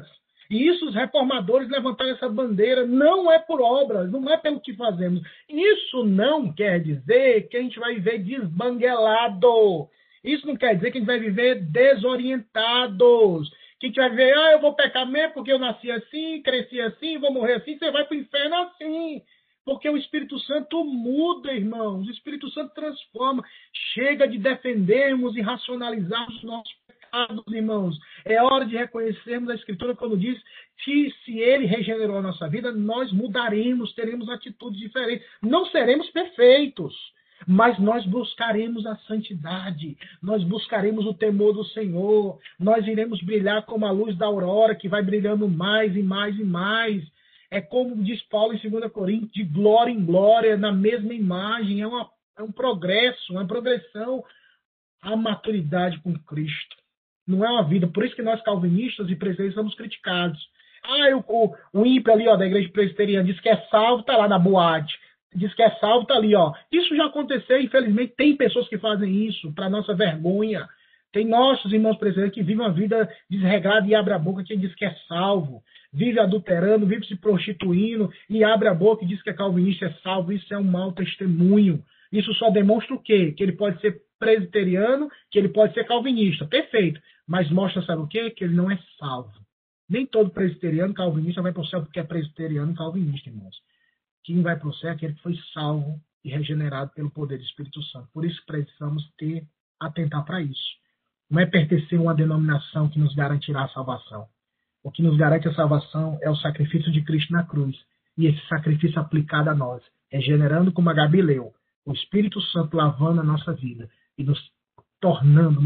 E isso os reformadores levantaram essa bandeira, não é por obras, não é pelo que fazemos. Isso não quer dizer que a gente vai viver desbanguelado. Isso não quer dizer que a gente vai viver desorientados. Que a gente vai viver, eu vou pecar mesmo porque eu nasci assim, cresci assim, vou morrer assim, você vai para o inferno assim. Porque o Espírito Santo muda, irmãos. O Espírito Santo transforma. Chega de defendermos e racionalizarmos os nossos pecados, irmãos. É hora de reconhecermos a Escritura quando diz que se Ele regenerou a nossa vida, nós mudaremos, teremos atitudes diferentes. Não seremos perfeitos, mas nós buscaremos a santidade. Nós buscaremos o temor do Senhor. Nós iremos brilhar como a luz da aurora, que vai brilhando mais e mais e mais. É como diz Paulo em 2 Coríntios, de glória em glória, na mesma imagem. É um progresso, uma progressão à maturidade com Cristo. Não é uma vida. Por isso que nós, calvinistas e presbiterianos, somos criticados. O ímpio ali, da igreja presbiteriana, diz que é salvo, está lá na boate. Diz que é salvo, está ali. Isso já aconteceu, infelizmente. Tem pessoas que fazem isso, para nossa vergonha. Tem nossos irmãos presbiterianos que vivem uma vida desregrada e abre a boca que diz que é salvo. Vive adulterando, vive se prostituindo e abre a boca e diz que é calvinista, é salvo. Isso é um mau testemunho. Isso só demonstra o quê? Que ele pode ser presbiteriano, que ele pode ser calvinista. Perfeito. Mas mostra, sabe o quê? Que ele não é salvo. Nem todo presbiteriano calvinista vai para o céu porque é presbiteriano calvinista, irmãos. Quem vai para o céu é aquele que foi salvo e regenerado pelo poder do Espírito Santo. Por isso precisamos atentar para isso. Não é pertencer a uma denominação que nos garantirá a salvação. O que nos garante a salvação é o sacrifício de Cristo na cruz. E esse sacrifício aplicado a nós, regenerando, como a Gabi leu, o Espírito Santo lavando a nossa vida e nos tornando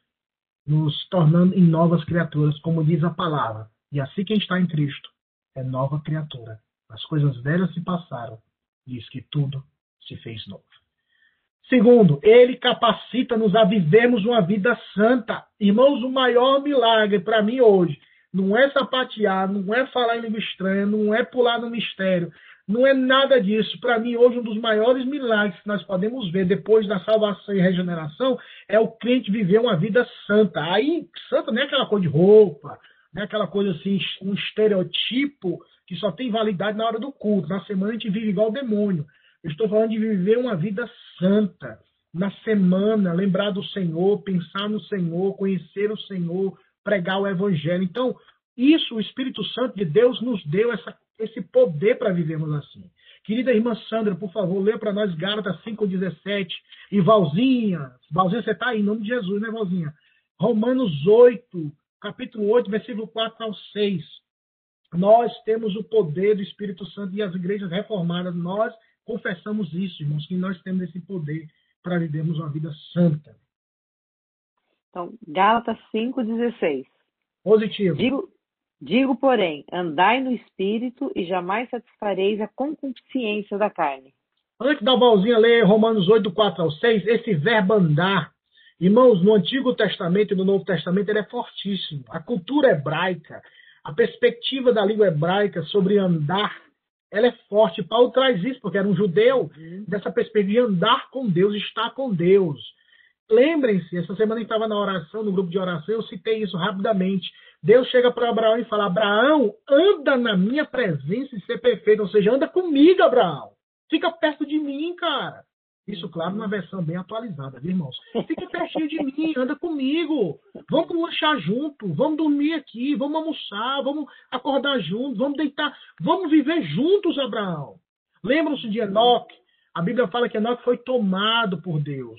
em novas criaturas, como diz a palavra. E assim quem está em Cristo é nova criatura. As coisas velhas se passaram, diz que tudo se fez novo. Segundo, ele capacita-nos a vivermos uma vida santa. Irmãos, o maior milagre para mim hoje não é sapatear, não é falar em língua estranha, não é pular no mistério, não é nada disso. Para mim, hoje, um dos maiores milagres que nós podemos ver depois da salvação e regeneração é o crente viver uma vida santa. Aí, santa não é aquela coisa de roupa, não é aquela coisa assim, um estereotipo que só tem validade na hora do culto. Na semana a gente vive igual o demônio. Eu estou falando de viver uma vida santa. Na semana, lembrar do Senhor, pensar no Senhor, conhecer o Senhor, pregar o Evangelho. Então, isso, o Espírito Santo de Deus nos deu esse poder para vivermos assim. Querida irmã Sandra, por favor, lê para nós Gálatas 5,17. E Valzinha, você está aí, em nome de Jesus, né, Valzinha? Romanos 8, capítulo 8, versículo 4 ao 6. Nós temos o poder do Espírito Santo e as igrejas reformadas, nós confessamos isso, irmãos, que nós temos esse poder para vivermos uma vida santa. Então, Gálatas 5,16. Positivo. Digo, porém, andai no Espírito e jamais satisfareis a concupiscência da carne. Antes da Valzinha ler Romanos 8, do 4 ao 6, esse verbo andar, irmãos, no Antigo Testamento e no Novo Testamento, ele é fortíssimo. A cultura hebraica, a perspectiva da língua hebraica sobre andar, ela é forte. Paulo traz isso, porque era um judeu, dessa perspectiva de andar com Deus, estar com Deus. Lembrem-se, essa semana a gente estava na oração, no grupo de oração, eu citei isso rapidamente. Deus chega para Abraão e fala: Abraão, anda na minha presença e ser perfeito. Ou seja, anda comigo, Abraão. Fica perto de mim, cara. Isso, claro, numa versão bem atualizada, viu, irmãos? Fica pertinho de mim, anda comigo. Vamos lanchar junto, vamos dormir aqui, vamos almoçar, vamos acordar juntos, vamos deitar. Vamos viver juntos, Abraão. Lembram-se de Enoque? A Bíblia fala que Enoque foi tomado por Deus.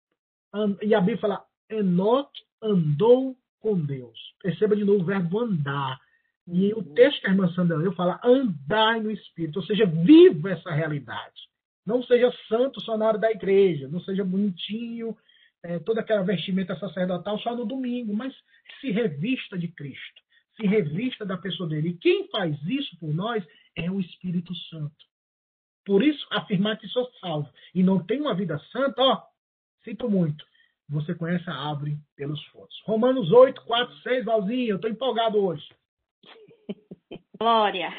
E a Bíblia fala: Enoque andou com Deus. Perceba de novo o verbo andar. E o texto que a irmã Sandra leu fala: andai no Espírito. Ou seja, viva essa realidade. Não seja santo só na hora da igreja. Não seja bonitinho, toda aquela vestimenta sacerdotal só no domingo. Mas se revista de Cristo. Se revista da pessoa dele. E quem faz isso por nós é o Espírito Santo. Por isso, afirmar que sou salvo e não tenho uma vida santa, sinto muito. Você conhece a árvore pelos frutos. Romanos 8, 4, 6, Valzinho, eu estou empolgado hoje. Glória!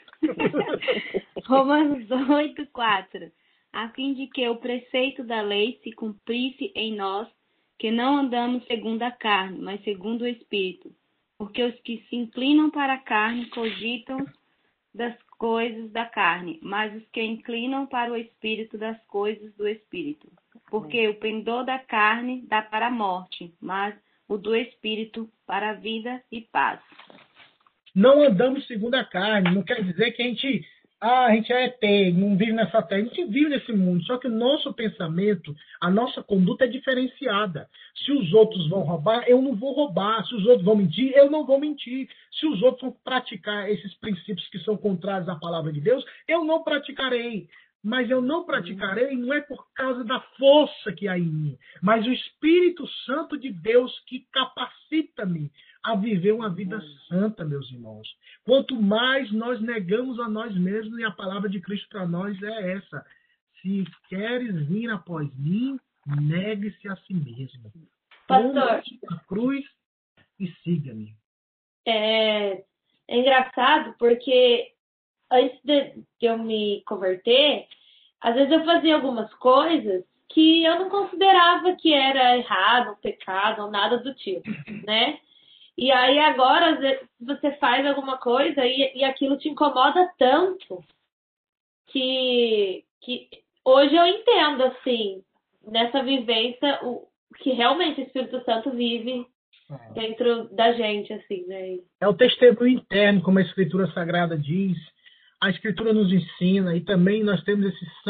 Romanos 8, 4. A fim de que o preceito da lei se cumprisse em nós, que não andamos segundo a carne, mas segundo o Espírito. Porque os que se inclinam para a carne cogitam das coisas da carne, mas os que inclinam para o espírito das coisas do espírito. Porque o pendor da carne dá para a morte, mas o do espírito para a vida e paz. Não andamos segundo a carne, não quer dizer que a gente é ET, não vive nessa terra, a gente vive nesse mundo, só que o nosso pensamento, a nossa conduta é diferenciada. Se os outros vão roubar, eu não vou roubar. Se os outros vão mentir, eu não vou mentir. Se os outros vão praticar esses princípios que são contrários à palavra de Deus, eu não praticarei. Mas eu não praticarei não é por causa da força que há em mim, mas o Espírito Santo de Deus que capacita-me a viver uma vida santa, meus irmãos. Quanto mais nós negamos a nós mesmos, e a palavra de Cristo para nós é essa: se queres vir após mim, negue-se a si mesmo. Pastor, Tome a cruz e siga-me. é engraçado porque antes de eu me converter, às vezes eu fazia algumas coisas que eu não considerava que era errado, um pecado ou nada do tipo, né? E aí agora, às vezes, você faz alguma coisa e aquilo te incomoda tanto que hoje eu entendo, assim, nessa vivência, o que realmente o Espírito Santo vive dentro da gente, assim, né? É o testemunho interno, como a Escritura Sagrada diz. A Escritura nos ensina, e também nós temos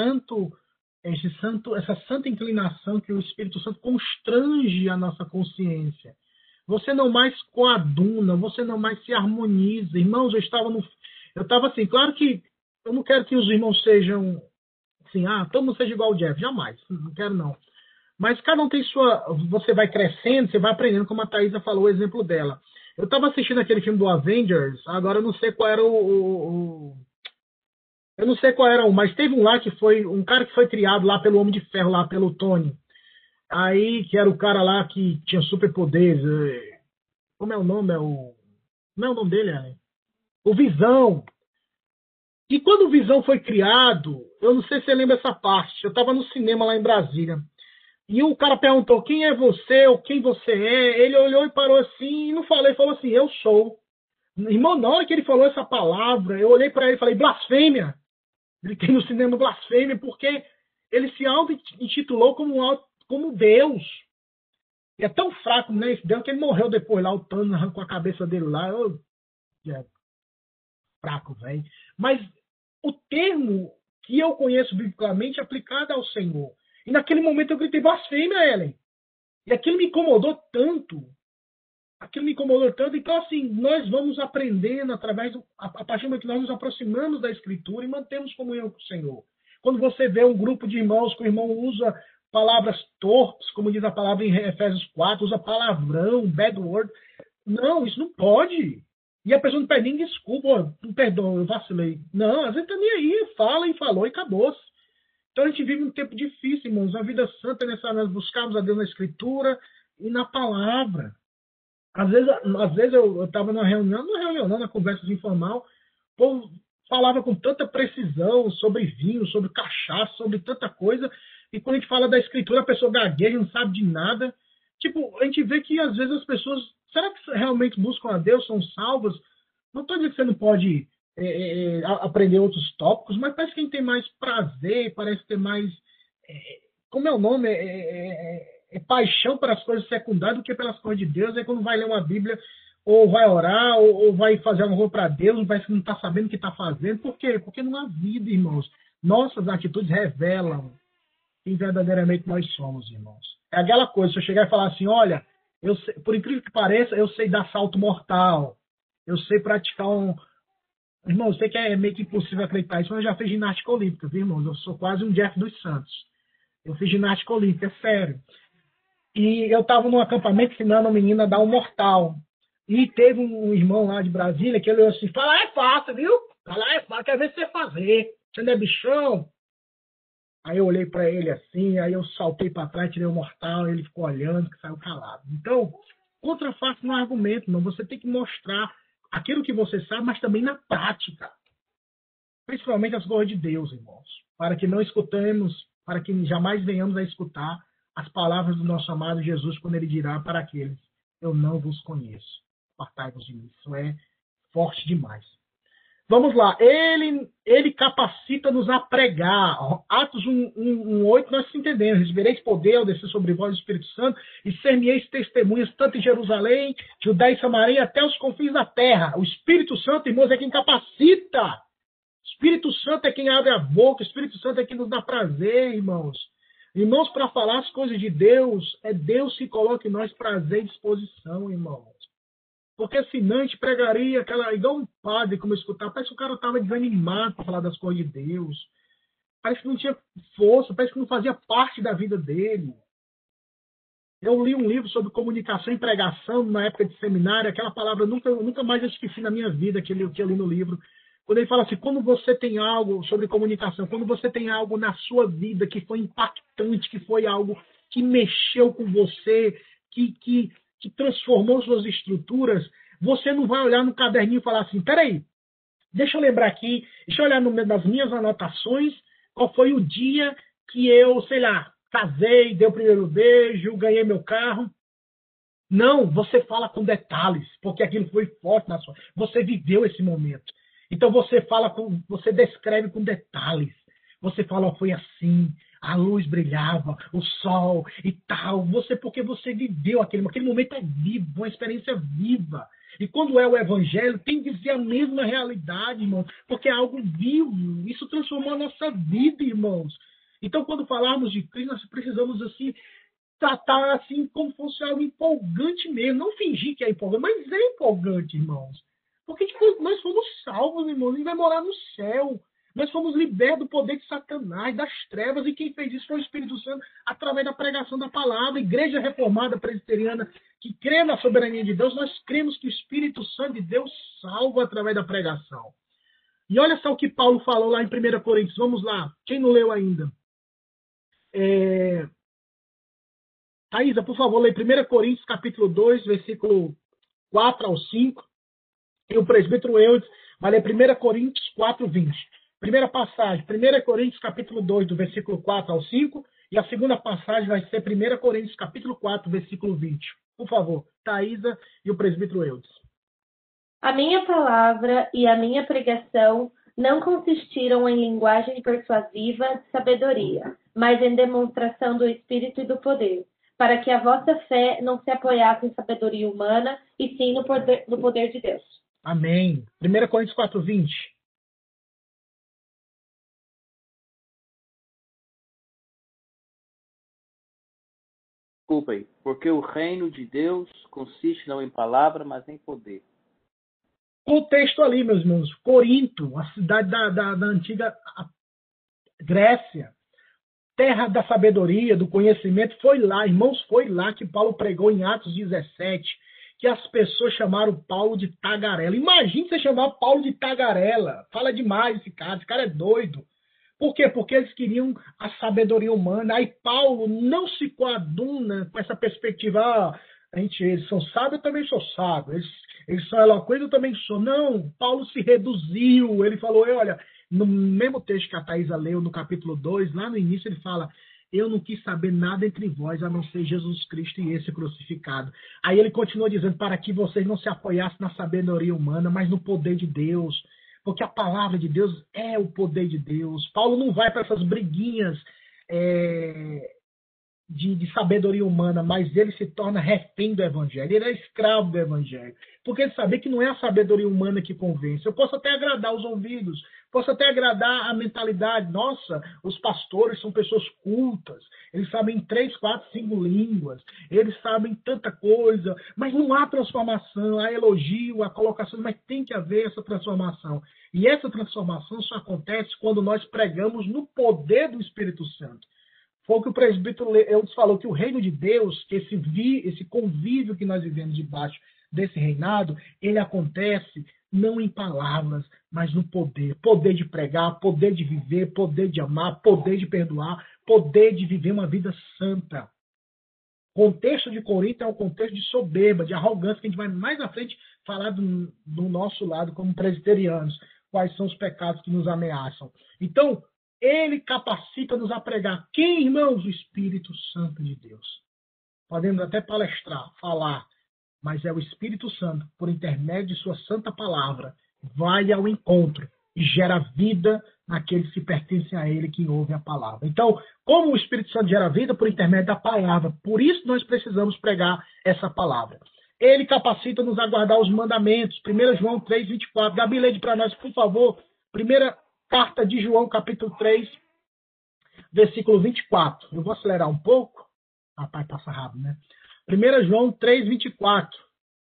essa santa inclinação que o Espírito Santo constrange a nossa consciência. Você não mais coaduna, você não mais se harmoniza. Irmãos, eu estava assim, claro que eu não quero que os irmãos sejam assim, todo mundo seja igual ao Jeff, jamais, não quero não. Mas cada um tem você vai crescendo, você vai aprendendo, como a Thaisa falou, o exemplo dela. Eu estava assistindo aquele filme do Avengers, agora eu não sei qual era eu não sei qual era mas teve um lá que foi um cara que foi criado lá pelo Homem de Ferro, lá pelo Tony. Aí, que era o cara lá que tinha superpoderes. Como é o nome? Como é o nome dele, Ellen? O Visão. E quando o Visão foi criado, eu não sei se você lembra essa parte. Eu estava no cinema lá em Brasília. E o cara perguntou, quem é você ou quem você é? Ele olhou e parou assim, e não falou, ele falou assim, eu sou. Irmão, na hora que ele falou essa palavra, eu olhei para ele e falei, blasfêmia. Gritei no cinema, blasfêmia, porque ele se auto-intitulou como Deus. E é tão fraco, né, esse Deus, que ele morreu depois lá, o Thanos arrancou a cabeça dele lá. Fraco, velho. Mas o termo que eu conheço biblicamente é aplicado ao Senhor. E naquele momento eu gritei blasfêmia, Ellen. E aquilo me incomodou tanto. Então, assim, nós vamos aprendendo a partir do momento que nós nos aproximamos da Escritura e mantemos comunhão com o Senhor. Quando você vê um grupo de irmãos que o irmão usa palavras torpes, como diz a palavra em Efésios 4, usa palavrão, bad word. Não, isso não pode. E a pessoa não pede nem desculpa, perdão, eu vacilei. Não, às vezes tá nem aí, fala e falou e acabou-se. Então a gente vive um tempo difícil, irmãos. A vida santa é nós buscarmos a Deus na Escritura e na palavra. Às vezes eu estava na conversa informal, o povo falava com tanta precisão sobre vinho, sobre cachaça, sobre tanta coisa, e quando a gente fala da Escritura, a pessoa gagueja, não sabe de nada. Tipo, a gente vê que às vezes as pessoas, será que realmente buscam a Deus, são salvas? Não estou dizendo que você não pode aprender outros tópicos, mas parece que a gente tem mais prazer, parece ter mais, como é o nome? Paixão pelas coisas secundárias do que pelas coisas de Deus. Aí quando vai ler uma Bíblia, ou vai orar, ou vai fazer alguma coisa para Deus, parece que não está sabendo o que está fazendo. Por quê? Porque não há vida, irmãos. Nossas atitudes revelam quem verdadeiramente nós somos, irmãos. É aquela coisa, se eu chegar e falar assim, olha, por incrível que pareça, eu sei dar salto mortal, eu sei praticar Irmão, eu sei que é meio que impossível acreditar isso, mas eu já fiz ginástica olímpica, viu, irmãos? Eu sou quase um Jeff dos Santos. Eu fiz ginástica olímpica, é sério. E eu estava num acampamento ensinando a menina a dar um mortal. E teve um irmão lá de Brasília que ele olhou assim, fala, é fácil, viu? Fala, é fácil, quer ver você fazer. Você não é bichão? Aí eu olhei para ele assim, aí eu saltei para trás, tirei o mortal, ele ficou olhando, que saiu calado. Então, contra face não é argumento, não. Você tem que mostrar aquilo que você sabe, mas também na prática. Principalmente as coisas de Deus, irmãos. Para que não escutemos, para que jamais venhamos a escutar as palavras do nosso amado Jesus quando ele dirá para aqueles, eu não vos conheço. A apartai-vos de mim. Isso é forte demais. Vamos lá. Ele capacita-nos a pregar. Atos 1:8, nós entendemos. Recebereis poder ao descer sobre vós o Espírito Santo e ser-me-eis testemunhas tanto em Jerusalém, Judéia e Samaria, até os confins da terra. O Espírito Santo, irmãos, é quem capacita. O Espírito Santo é quem abre a boca. O Espírito Santo é quem nos dá prazer, irmãos. Irmãos, para falar as coisas de Deus, é Deus que coloca em nós prazer e disposição, irmãos. Porque senão a gente pregaria igual um padre, como eu escutava, parece que o cara estava desanimado para falar das coisas de Deus. Parece que não tinha força, parece que não fazia parte da vida dele. Eu li um livro sobre comunicação e pregação na época de seminário, aquela palavra eu nunca mais esqueci na minha vida que eu li no livro. Quando ele fala assim, quando você tem algo sobre comunicação, quando você tem algo na sua vida que foi impactante, que foi algo que mexeu com você, que transformou suas estruturas, você não vai olhar no caderninho e falar assim, peraí, deixa eu lembrar aqui, deixa eu olhar nas minhas anotações, qual foi o dia que eu, sei lá, casei, dei o primeiro beijo, ganhei meu carro. Não, você fala com detalhes, porque aquilo foi forte na sua... Você viveu esse momento. Então você descreve com detalhes. Você fala, foi assim, a luz brilhava, o sol e tal. Porque você viveu aquele momento é vivo, uma experiência viva. E quando é o evangelho, tem que ser a mesma realidade, irmão, porque é algo vivo. Isso transformou a nossa vida, irmãos. Então, quando falarmos de Cristo, nós precisamos assim tratar assim como fosse algo empolgante mesmo, não fingir que é empolgante, mas é empolgante, irmãos. Porque nós fomos salvos, irmãos, a gente vai morar no céu. Nós fomos libertos do poder de Satanás, das trevas, e quem fez isso foi o Espírito Santo através da pregação da palavra. Igreja Reformada Presbiteriana, que crê na soberania de Deus, nós cremos que o Espírito Santo de Deus salva através da pregação. E olha só o que Paulo falou lá em 1 Coríntios. Vamos lá, quem não leu ainda? Thaisa, por favor, lê 1 Coríntios capítulo 2, versículo 4 ao 5. E o presbítero Eudes vai ler 1 Coríntios 4:20. Primeira passagem, 1 Coríntios capítulo 2, do versículo 4 ao 5. E a segunda passagem vai ser 1 Coríntios capítulo 4, versículo 20. Por favor, Thaisa e o presbítero Eudes. A minha palavra e a minha pregação não consistiram em linguagem persuasiva de sabedoria, mas em demonstração do Espírito e do poder, para que a vossa fé não se apoiasse em sabedoria humana, e sim no poder de Deus. Amém. 1 Coríntios 4:20. Desculpa aí. Porque o reino de Deus consiste não em palavra, mas em poder. O texto ali, meus irmãos, Corinto, a cidade da antiga Grécia, terra da sabedoria, do conhecimento, foi lá, irmãos, foi lá que Paulo pregou em Atos 17, que as pessoas chamaram Paulo de tagarela. Imagina você chamar Paulo de tagarela. Fala demais esse cara é doido. Por quê? Porque eles queriam a sabedoria humana. Aí Paulo não se coaduna com essa perspectiva, eles são sábios, eu também sou sábio. Eles são eloquentes, eu também sou. Não, Paulo se reduziu. Ele falou, olha, no mesmo texto que a Thaisa leu, no capítulo 2, lá no início ele fala, eu não quis saber nada entre vós, a não ser Jesus Cristo e esse crucificado. Aí ele continua dizendo, para que vocês não se apoiassem na sabedoria humana, mas no poder de Deus. Porque a palavra de Deus é o poder de Deus. Paulo não vai para essas briguinhas de sabedoria humana, mas ele se torna refém do evangelho. Ele é escravo do evangelho. Porque ele sabia que não é a sabedoria humana que convence. Eu posso até agradar os ouvidos, posso até agradar a mentalidade. Nossa, os pastores são pessoas cultas. Eles sabem 3, 4, 5 línguas. Eles sabem tanta coisa. Mas não há transformação. Há elogio, há colocação, mas tem que haver essa transformação. E essa transformação só acontece quando nós pregamos no poder do Espírito Santo. Foi o que o presbítero Eudes falou, que o reino de Deus, que esse convívio que nós vivemos debaixo desse reinado, ele acontece não em palavras, mas no poder. Poder de pregar, poder de viver, poder de amar, poder de perdoar, poder de viver uma vida santa. O contexto de Corinto é um contexto de soberba, de arrogância, que a gente vai mais à frente falar do nosso lado como presbiterianos, quais são os pecados que nos ameaçam. Então, ele capacita-nos a pregar. Quem, irmãos? O Espírito Santo de Deus. Podemos até palestrar, falar, mas é o Espírito Santo, por intermédio de sua santa palavra, vai ao encontro e gera vida naqueles que pertencem a ele, que ouvem a palavra. Então, como o Espírito Santo gera vida? Por intermédio da palavra. Por isso nós precisamos pregar essa palavra. Ele capacita-nos a guardar os mandamentos. 1 João 3, 24. Gabi, lê para nós, por favor. Primeira carta de João, capítulo 3, versículo 24. Eu vou acelerar um pouco. Rapaz, passa rápido, né? 1 João 3, 24.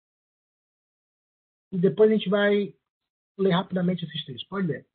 E depois a gente vai ler rapidamente esses textos. Pode ler.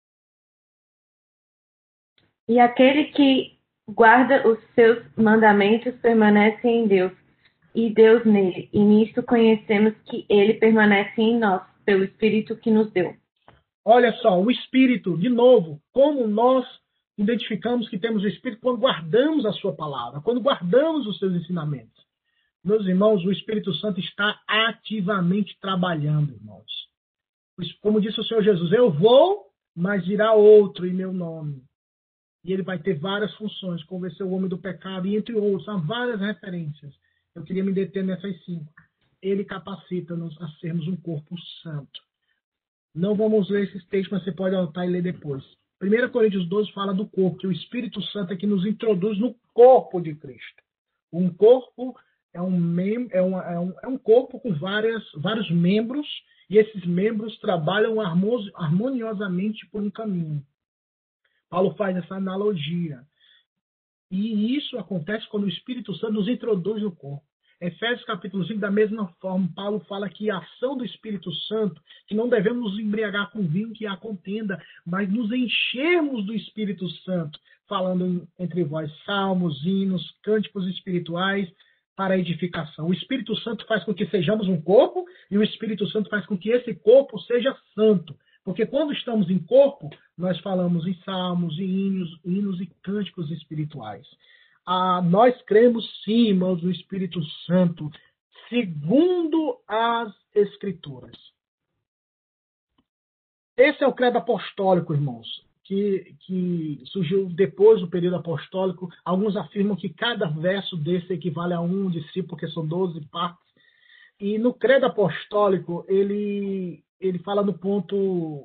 E aquele que guarda os seus mandamentos permanece em Deus, e Deus nele. E nisto conhecemos que ele permanece em nós, pelo Espírito que nos deu. Olha só, o Espírito, de novo, como nós identificamos que temos o Espírito quando guardamos a sua palavra, quando guardamos os seus ensinamentos. Meus irmãos, o Espírito Santo está ativamente trabalhando, irmãos. Como disse o Senhor Jesus, eu vou, mas virá outro em meu nome. E ele vai ter várias funções, convencer o homem do pecado, e entre outros, há várias referências. Eu queria me deter nessas 5. Ele capacita-nos a sermos um corpo santo. Não vamos ler esses textos, mas você pode anotar e ler depois. 1 Coríntios 12 fala do corpo, que o Espírito Santo é que nos introduz no corpo de Cristo. Um corpo é um corpo com vários membros, e esses membros trabalham harmoniosamente por um caminho. Paulo faz essa analogia. E isso acontece quando o Espírito Santo nos introduz no corpo. Efésios capítulo 5, da mesma forma, Paulo fala que a ação do Espírito Santo, que não devemos nos embriagar com vinho que há contenda, mas nos enchermos do Espírito Santo, falando entre vós salmos, hinos, cânticos espirituais para a edificação. O Espírito Santo faz com que sejamos um corpo, e o Espírito Santo faz com que esse corpo seja santo. Porque quando estamos em corpo, nós falamos em salmos, em hinos e cânticos espirituais. Nós cremos sim, irmãos, no Espírito Santo, segundo as Escrituras. Esse é o credo apostólico, irmãos, que surgiu depois do período apostólico. Alguns afirmam que cada verso desse equivale a um discípulo, porque são 12 partes. E no credo apostólico, ele fala no ponto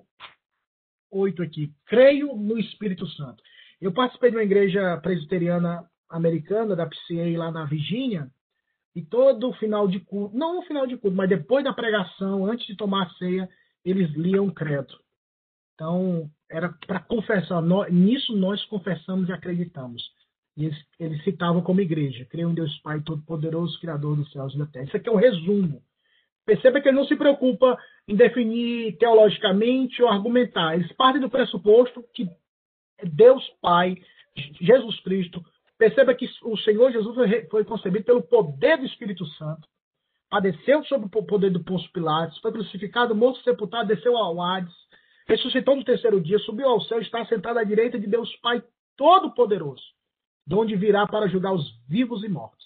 8 aqui. Creio no Espírito Santo. Eu participei de uma igreja presbiteriana americana, da PCA, lá na Virgínia, e todo final de culto, não no final de culto, mas depois da pregação, antes de tomar a ceia, eles liam o credo. Então, era para confessar. Nisso nós confessamos e acreditamos. E eles citavam como igreja. Creio em Deus Pai Todo-Poderoso, Criador dos céus e da terra. Isso aqui é um resumo. Perceba que ele não se preocupa em definir teologicamente ou argumentar. Eles partem do pressuposto que Deus Pai, Jesus Cristo. Perceba que o Senhor Jesus foi concebido pelo poder do Espírito Santo. Padeceu sob o poder do Pôncio Pilatos. Foi crucificado, morto, sepultado, desceu ao Hades. Ressuscitou no terceiro dia, subiu ao céu, está sentado à direita de Deus Pai Todo-Poderoso, de onde virá para julgar os vivos e mortos.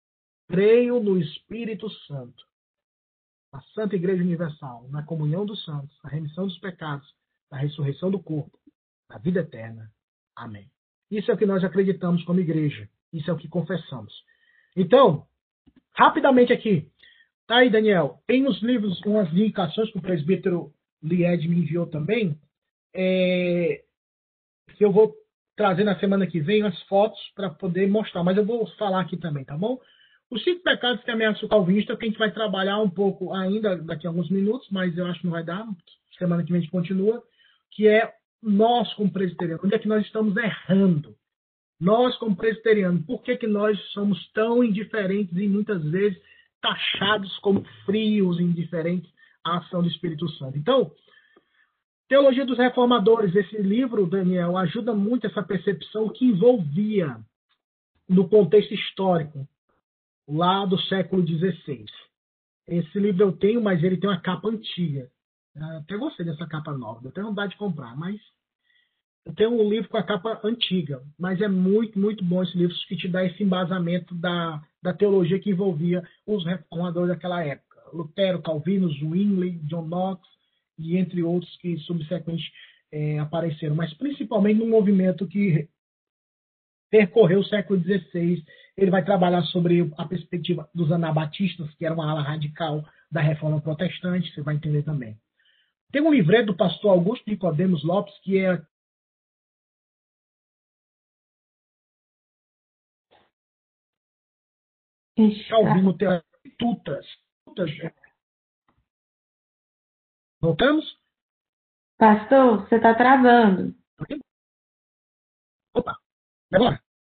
Creio no Espírito Santo, na Santa Igreja Universal, na comunhão dos santos, na remissão dos pecados, na ressurreição do corpo, na vida eterna. Amém. Isso é o que nós acreditamos como igreja. Isso é o que confessamos. Então, rapidamente aqui. Tá aí, Daniel. Tem uns livros, umas indicações que o presbítero Lied me enviou também, que eu vou trazer na semana que vem as fotos para poder mostrar, mas eu vou falar aqui também, tá bom? Os 5 pecados que ameaçam o calvinista, que a gente vai trabalhar um pouco ainda daqui a alguns minutos, mas eu acho que não vai dar, semana que vem a gente continua, que é nós como presbiterianos, onde é que nós estamos errando? Nós como presbiterianos, por que nós somos tão indiferentes e muitas vezes taxados como frios e indiferentes à ação do Espírito Santo? Então, Teologia dos Reformadores, esse livro, Daniel, ajuda muito essa percepção que envolvia no contexto histórico, lá do século XVI. Esse livro eu tenho, mas ele tem uma capa antiga. Eu até gostei dessa capa nova, eu tenho vontade de comprar, mas eu tenho um livro com a capa antiga, mas é muito, muito bom esse livro, que te dá esse embasamento da teologia que envolvia os reformadores daquela época. Lutero, Calvino, Zwingli, John Knox, e entre outros que subsequentemente apareceram, mas principalmente no movimento que percorrer o século XVI. Ele vai trabalhar sobre a perspectiva dos anabatistas, que era uma ala radical da reforma protestante, você vai entender também. Tem um livreto do pastor Augusto Nicodemos Lopes, que é Calvino Tutas. Voltamos? Pastor, você está travando. Opa, agora?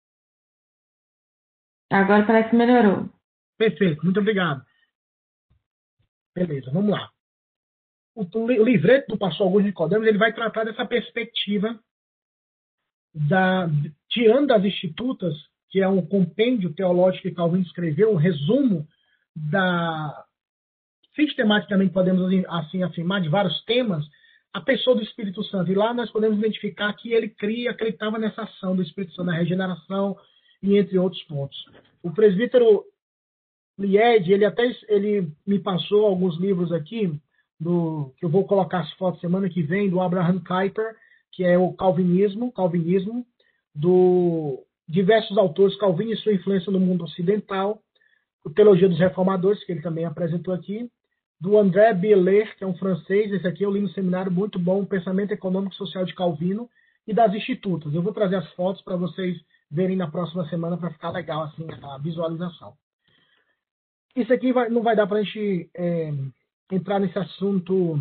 Agora parece que melhorou. Perfeito, muito obrigado. Beleza, vamos lá. O livreto do pastor Augusto Nicodemos, ele vai tratar dessa perspectiva tirando das Institutas, que é um compêndio teológico que Calvino escreveu, um resumo sistematicamente podemos assim afirmar, de vários temas, a pessoa do Espírito Santo. E lá nós podemos identificar que ele acreditava nessa ação do Espírito Santo, na regeneração e entre outros pontos. O presbítero Lied, ele me passou alguns livros aqui, que eu vou colocar as fotos semana que vem, do Abraham Kuyper, que é o calvinismo, do diversos autores, Calvino e sua influência no mundo ocidental, o Teologia dos Reformadores, que ele também apresentou aqui, do André Bieler, que é um francês, esse aqui eu li no seminário, muito bom, Pensamento Econômico e Social de Calvino, e das Institutas. Eu vou trazer as fotos para vocês verem na próxima semana, para ficar legal assim a visualização. Isso aqui não vai dar para a gente entrar nesse assunto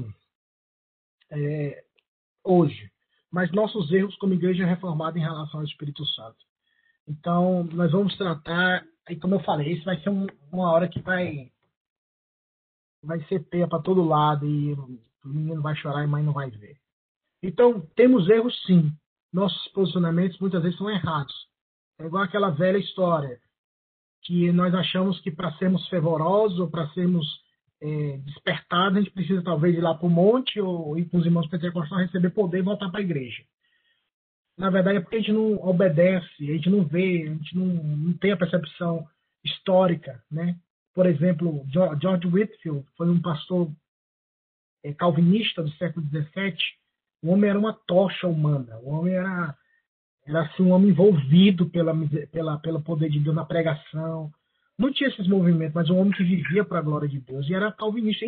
hoje, mas nossos erros como igreja reformada em relação ao Espírito Santo. Então, nós vamos tratar, e como eu falei, isso vai ser uma hora que vai ser peia para todo lado, e o menino vai chorar e a mãe não vai ver. Então, temos erros sim. Nossos posicionamentos muitas vezes são errados. É igual aquela velha história, que nós achamos que para sermos fervorosos ou para sermos despertados, a gente precisa talvez ir lá para o monte ou ir com os irmãos pentecostais, receber poder e voltar para a igreja. Na verdade é porque a gente não obedece, a gente não vê, a gente não tem a percepção histórica, né? Por exemplo, George Whitefield foi um pastor calvinista do século XVII. O homem era uma tocha humana, o homem era assim, um homem envolvido pelo poder de Deus na pregação. Não tinha esses movimentos, mas um homem que vivia para a glória de Deus. E era calvinista. E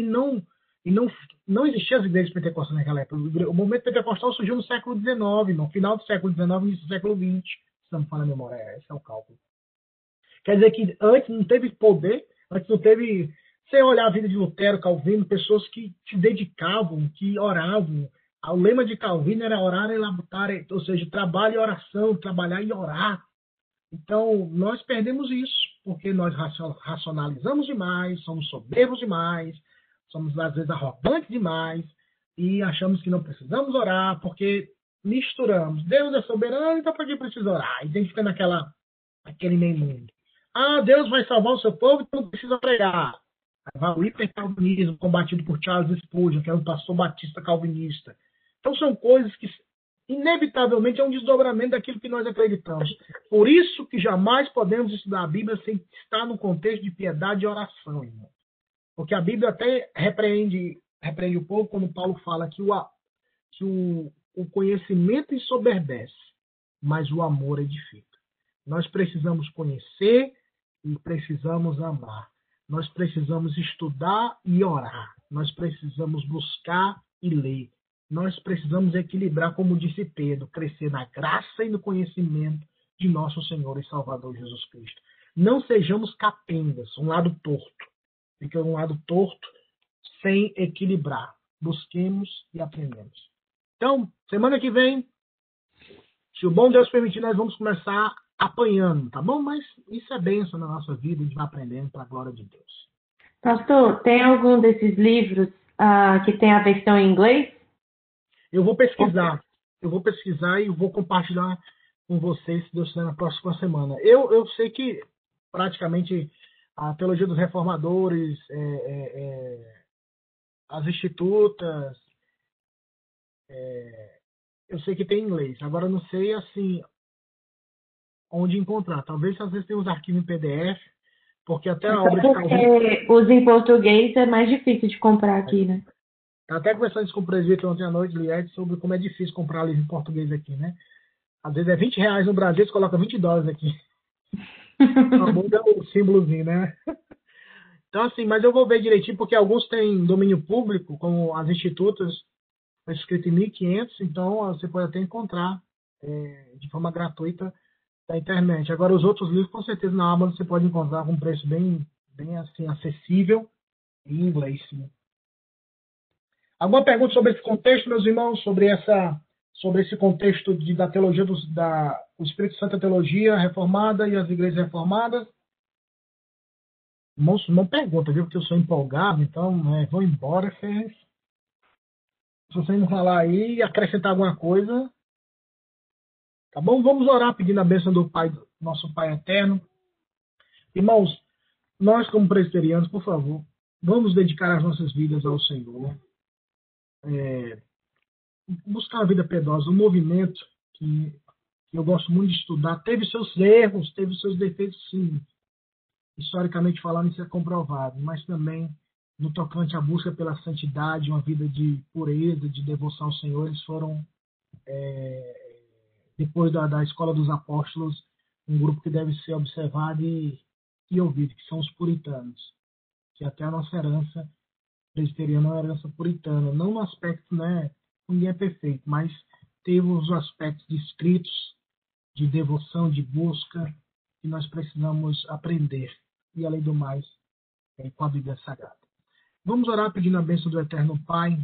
não existiam as igrejas pentecostais naquela época. O movimento pentecostal surgiu no século XIX, no final do século XIX e início do século XX. Estamos falando a memória, esse é o cálculo. Quer dizer que antes não teve poder, antes não teve... Você olhar a vida de Lutero, Calvino, pessoas que se dedicavam, que oravam. O lema de Calvino era orar e labutar, ou seja, trabalho e oração, trabalhar e orar. Então, nós perdemos isso, porque nós racionalizamos demais, somos soberbos demais, somos, às vezes, arrogantes demais, e achamos que não precisamos orar, porque misturamos. Deus é soberano, então por que precisa orar? E tem que ficar naquele meio mundo. Deus vai salvar o seu povo, então não precisa pregar. Vai o hipercalvinismo, combatido por Charles Spurgeon, que era um pastor batista calvinista. Então, são coisas que, inevitavelmente, é um desdobramento daquilo que nós acreditamos. Por isso que jamais podemos estudar a Bíblia sem estar no contexto de piedade e oração, irmão. Porque a Bíblia até repreende o povo quando Paulo fala que o conhecimento ensoberbece, mas o amor edifica. Nós precisamos conhecer e precisamos amar. Nós precisamos estudar e orar. Nós precisamos buscar e ler. Nós precisamos equilibrar, como disse Pedro, crescer na graça e no conhecimento de nosso Senhor e Salvador Jesus Cristo. Não sejamos capengas, um lado torto. Fica um lado torto sem equilibrar. Busquemos e aprendemos. Então, semana que vem, se o bom Deus permitir, nós vamos começar apanhando, tá bom? Mas isso é bênção na nossa vida, a gente vai aprendendo para a glória de Deus. Pastor, tem algum desses livros que tem a versão em inglês? Eu vou pesquisar e vou compartilhar com vocês, se Deus quiser, na próxima semana. Eu sei que praticamente a Teologia dos Reformadores, as Institutas, eu sei que tem em inglês. Agora eu não sei assim onde encontrar. Talvez às vezes tem uns arquivos em PDF, porque até a obra de Calvino... Os em português é mais difícil de comprar aqui, né? Até conversando isso com o presbítero ontem à noite, Lied, sobre como é difícil comprar livro em português aqui, né? Às vezes é R$20 no Brasil, você coloca $20 aqui. Muda o símbolozinho, né? Então, assim, mas eu vou ver direitinho, porque alguns têm domínio público, como as institutas, está escrito em 1.500, então você pode até encontrar de forma gratuita da internet. Agora, os outros livros, com certeza, na Amazon você pode encontrar com um preço bem assim, acessível em inglês. Sim. Alguma pergunta sobre esse contexto, meus irmãos, sobre esse contexto da teologia do Espírito Santo, a teologia reformada e as igrejas reformadas? Irmãos, não pergunta, viu? Porque eu sou empolgado, então vou embora. Se você não falar aí e acrescentar alguma coisa, tá bom? Vamos orar pedindo a bênção do Pai, nosso Pai eterno. Irmãos, nós como presbiterianos, por favor, vamos dedicar as nossas vidas ao Senhor, né? Buscar uma vida piedosa, um movimento que eu gosto muito de estudar, teve seus erros, teve seus defeitos, sim. Historicamente falando, isso é comprovado, mas também no tocante à busca pela santidade, uma vida de pureza, de devoção ao Senhor, eles foram, depois da Escola dos Apóstolos, um grupo que deve ser observado e ouvido, que são os puritanos, que até a nossa herança presbiteriana é uma herança puritana, não no aspecto, né, ninguém é perfeito, mas teve os aspectos de escritos, de devoção, de busca, que nós precisamos aprender, e além do mais, com a Bíblia Sagrada. Vamos orar pedindo a bênção do Eterno Pai.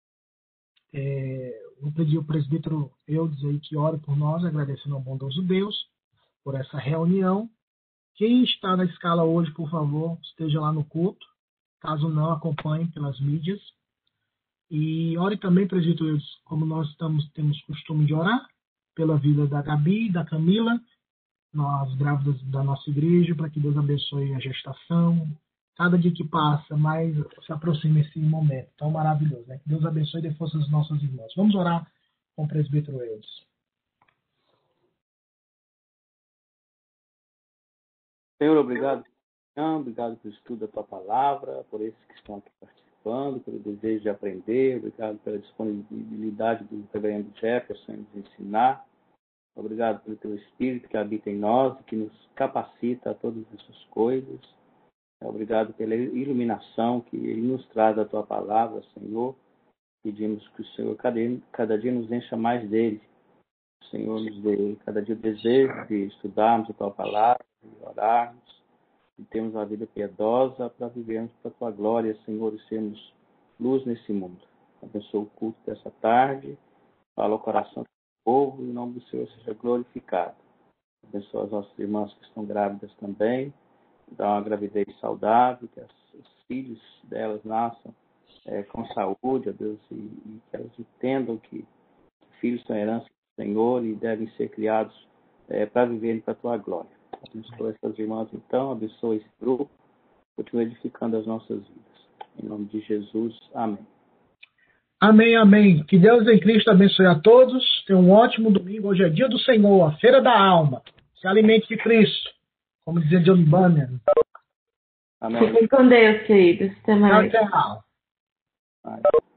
Vou pedir ao presbítero Eudes aí que ore por nós, agradecendo ao bondoso Deus por essa reunião. Quem está na escala hoje, por favor, esteja lá no culto. Caso não, acompanhe pelas mídias. E ore também, presbítero Eudes, como nós temos costume de orar, pela vida da Gabi, da Camila, nós grávidas da nossa igreja, para que Deus abençoe a gestação. Cada dia que passa, mais se aproxima esse momento tão maravilhoso, né? Que Deus abençoe e dê força aos nossos irmãos. Vamos orar com o presbítero Eudes. Senhor, obrigado. Obrigado pelo estudo da tua palavra, por esses que estão aqui participando, pelo desejo de aprender. Obrigado pela disponibilidade do reverendo Jefferson de ensinar. Obrigado pelo teu Espírito que habita em nós e que nos capacita a todas essas coisas. Obrigado pela iluminação que Ele nos traz da Tua palavra, Senhor. Pedimos que o Senhor cada dia nos encha mais dele. O Senhor nos dê cada dia o desejo de estudarmos a Tua palavra, de orarmos, de termos uma vida piedosa para vivermos para a Tua glória, Senhor, e sermos luz nesse mundo. Abençoa o culto dessa tarde, fala o coração do povo e o nome do Senhor seja glorificado. Abençoa as nossas irmãs que estão grávidas também. Dá uma gravidez saudável, que os filhos delas nasçam com saúde, ó Deus, e que elas entendam que filhos são herança do Senhor e devem ser criados para viverem para a Tua glória. Abençoa essas irmãs, então, abençoa esse grupo, continua edificando as nossas vidas. Em nome de Jesus, amém. Amém, amém. Que Deus em Cristo abençoe a todos. Tenham um ótimo domingo. Hoje é dia do Senhor, a feira da alma. Se alimente de Cristo. Como dizia John Bunyan. Fiquem com Deus, queridos. Até mais. Tchau, tchau.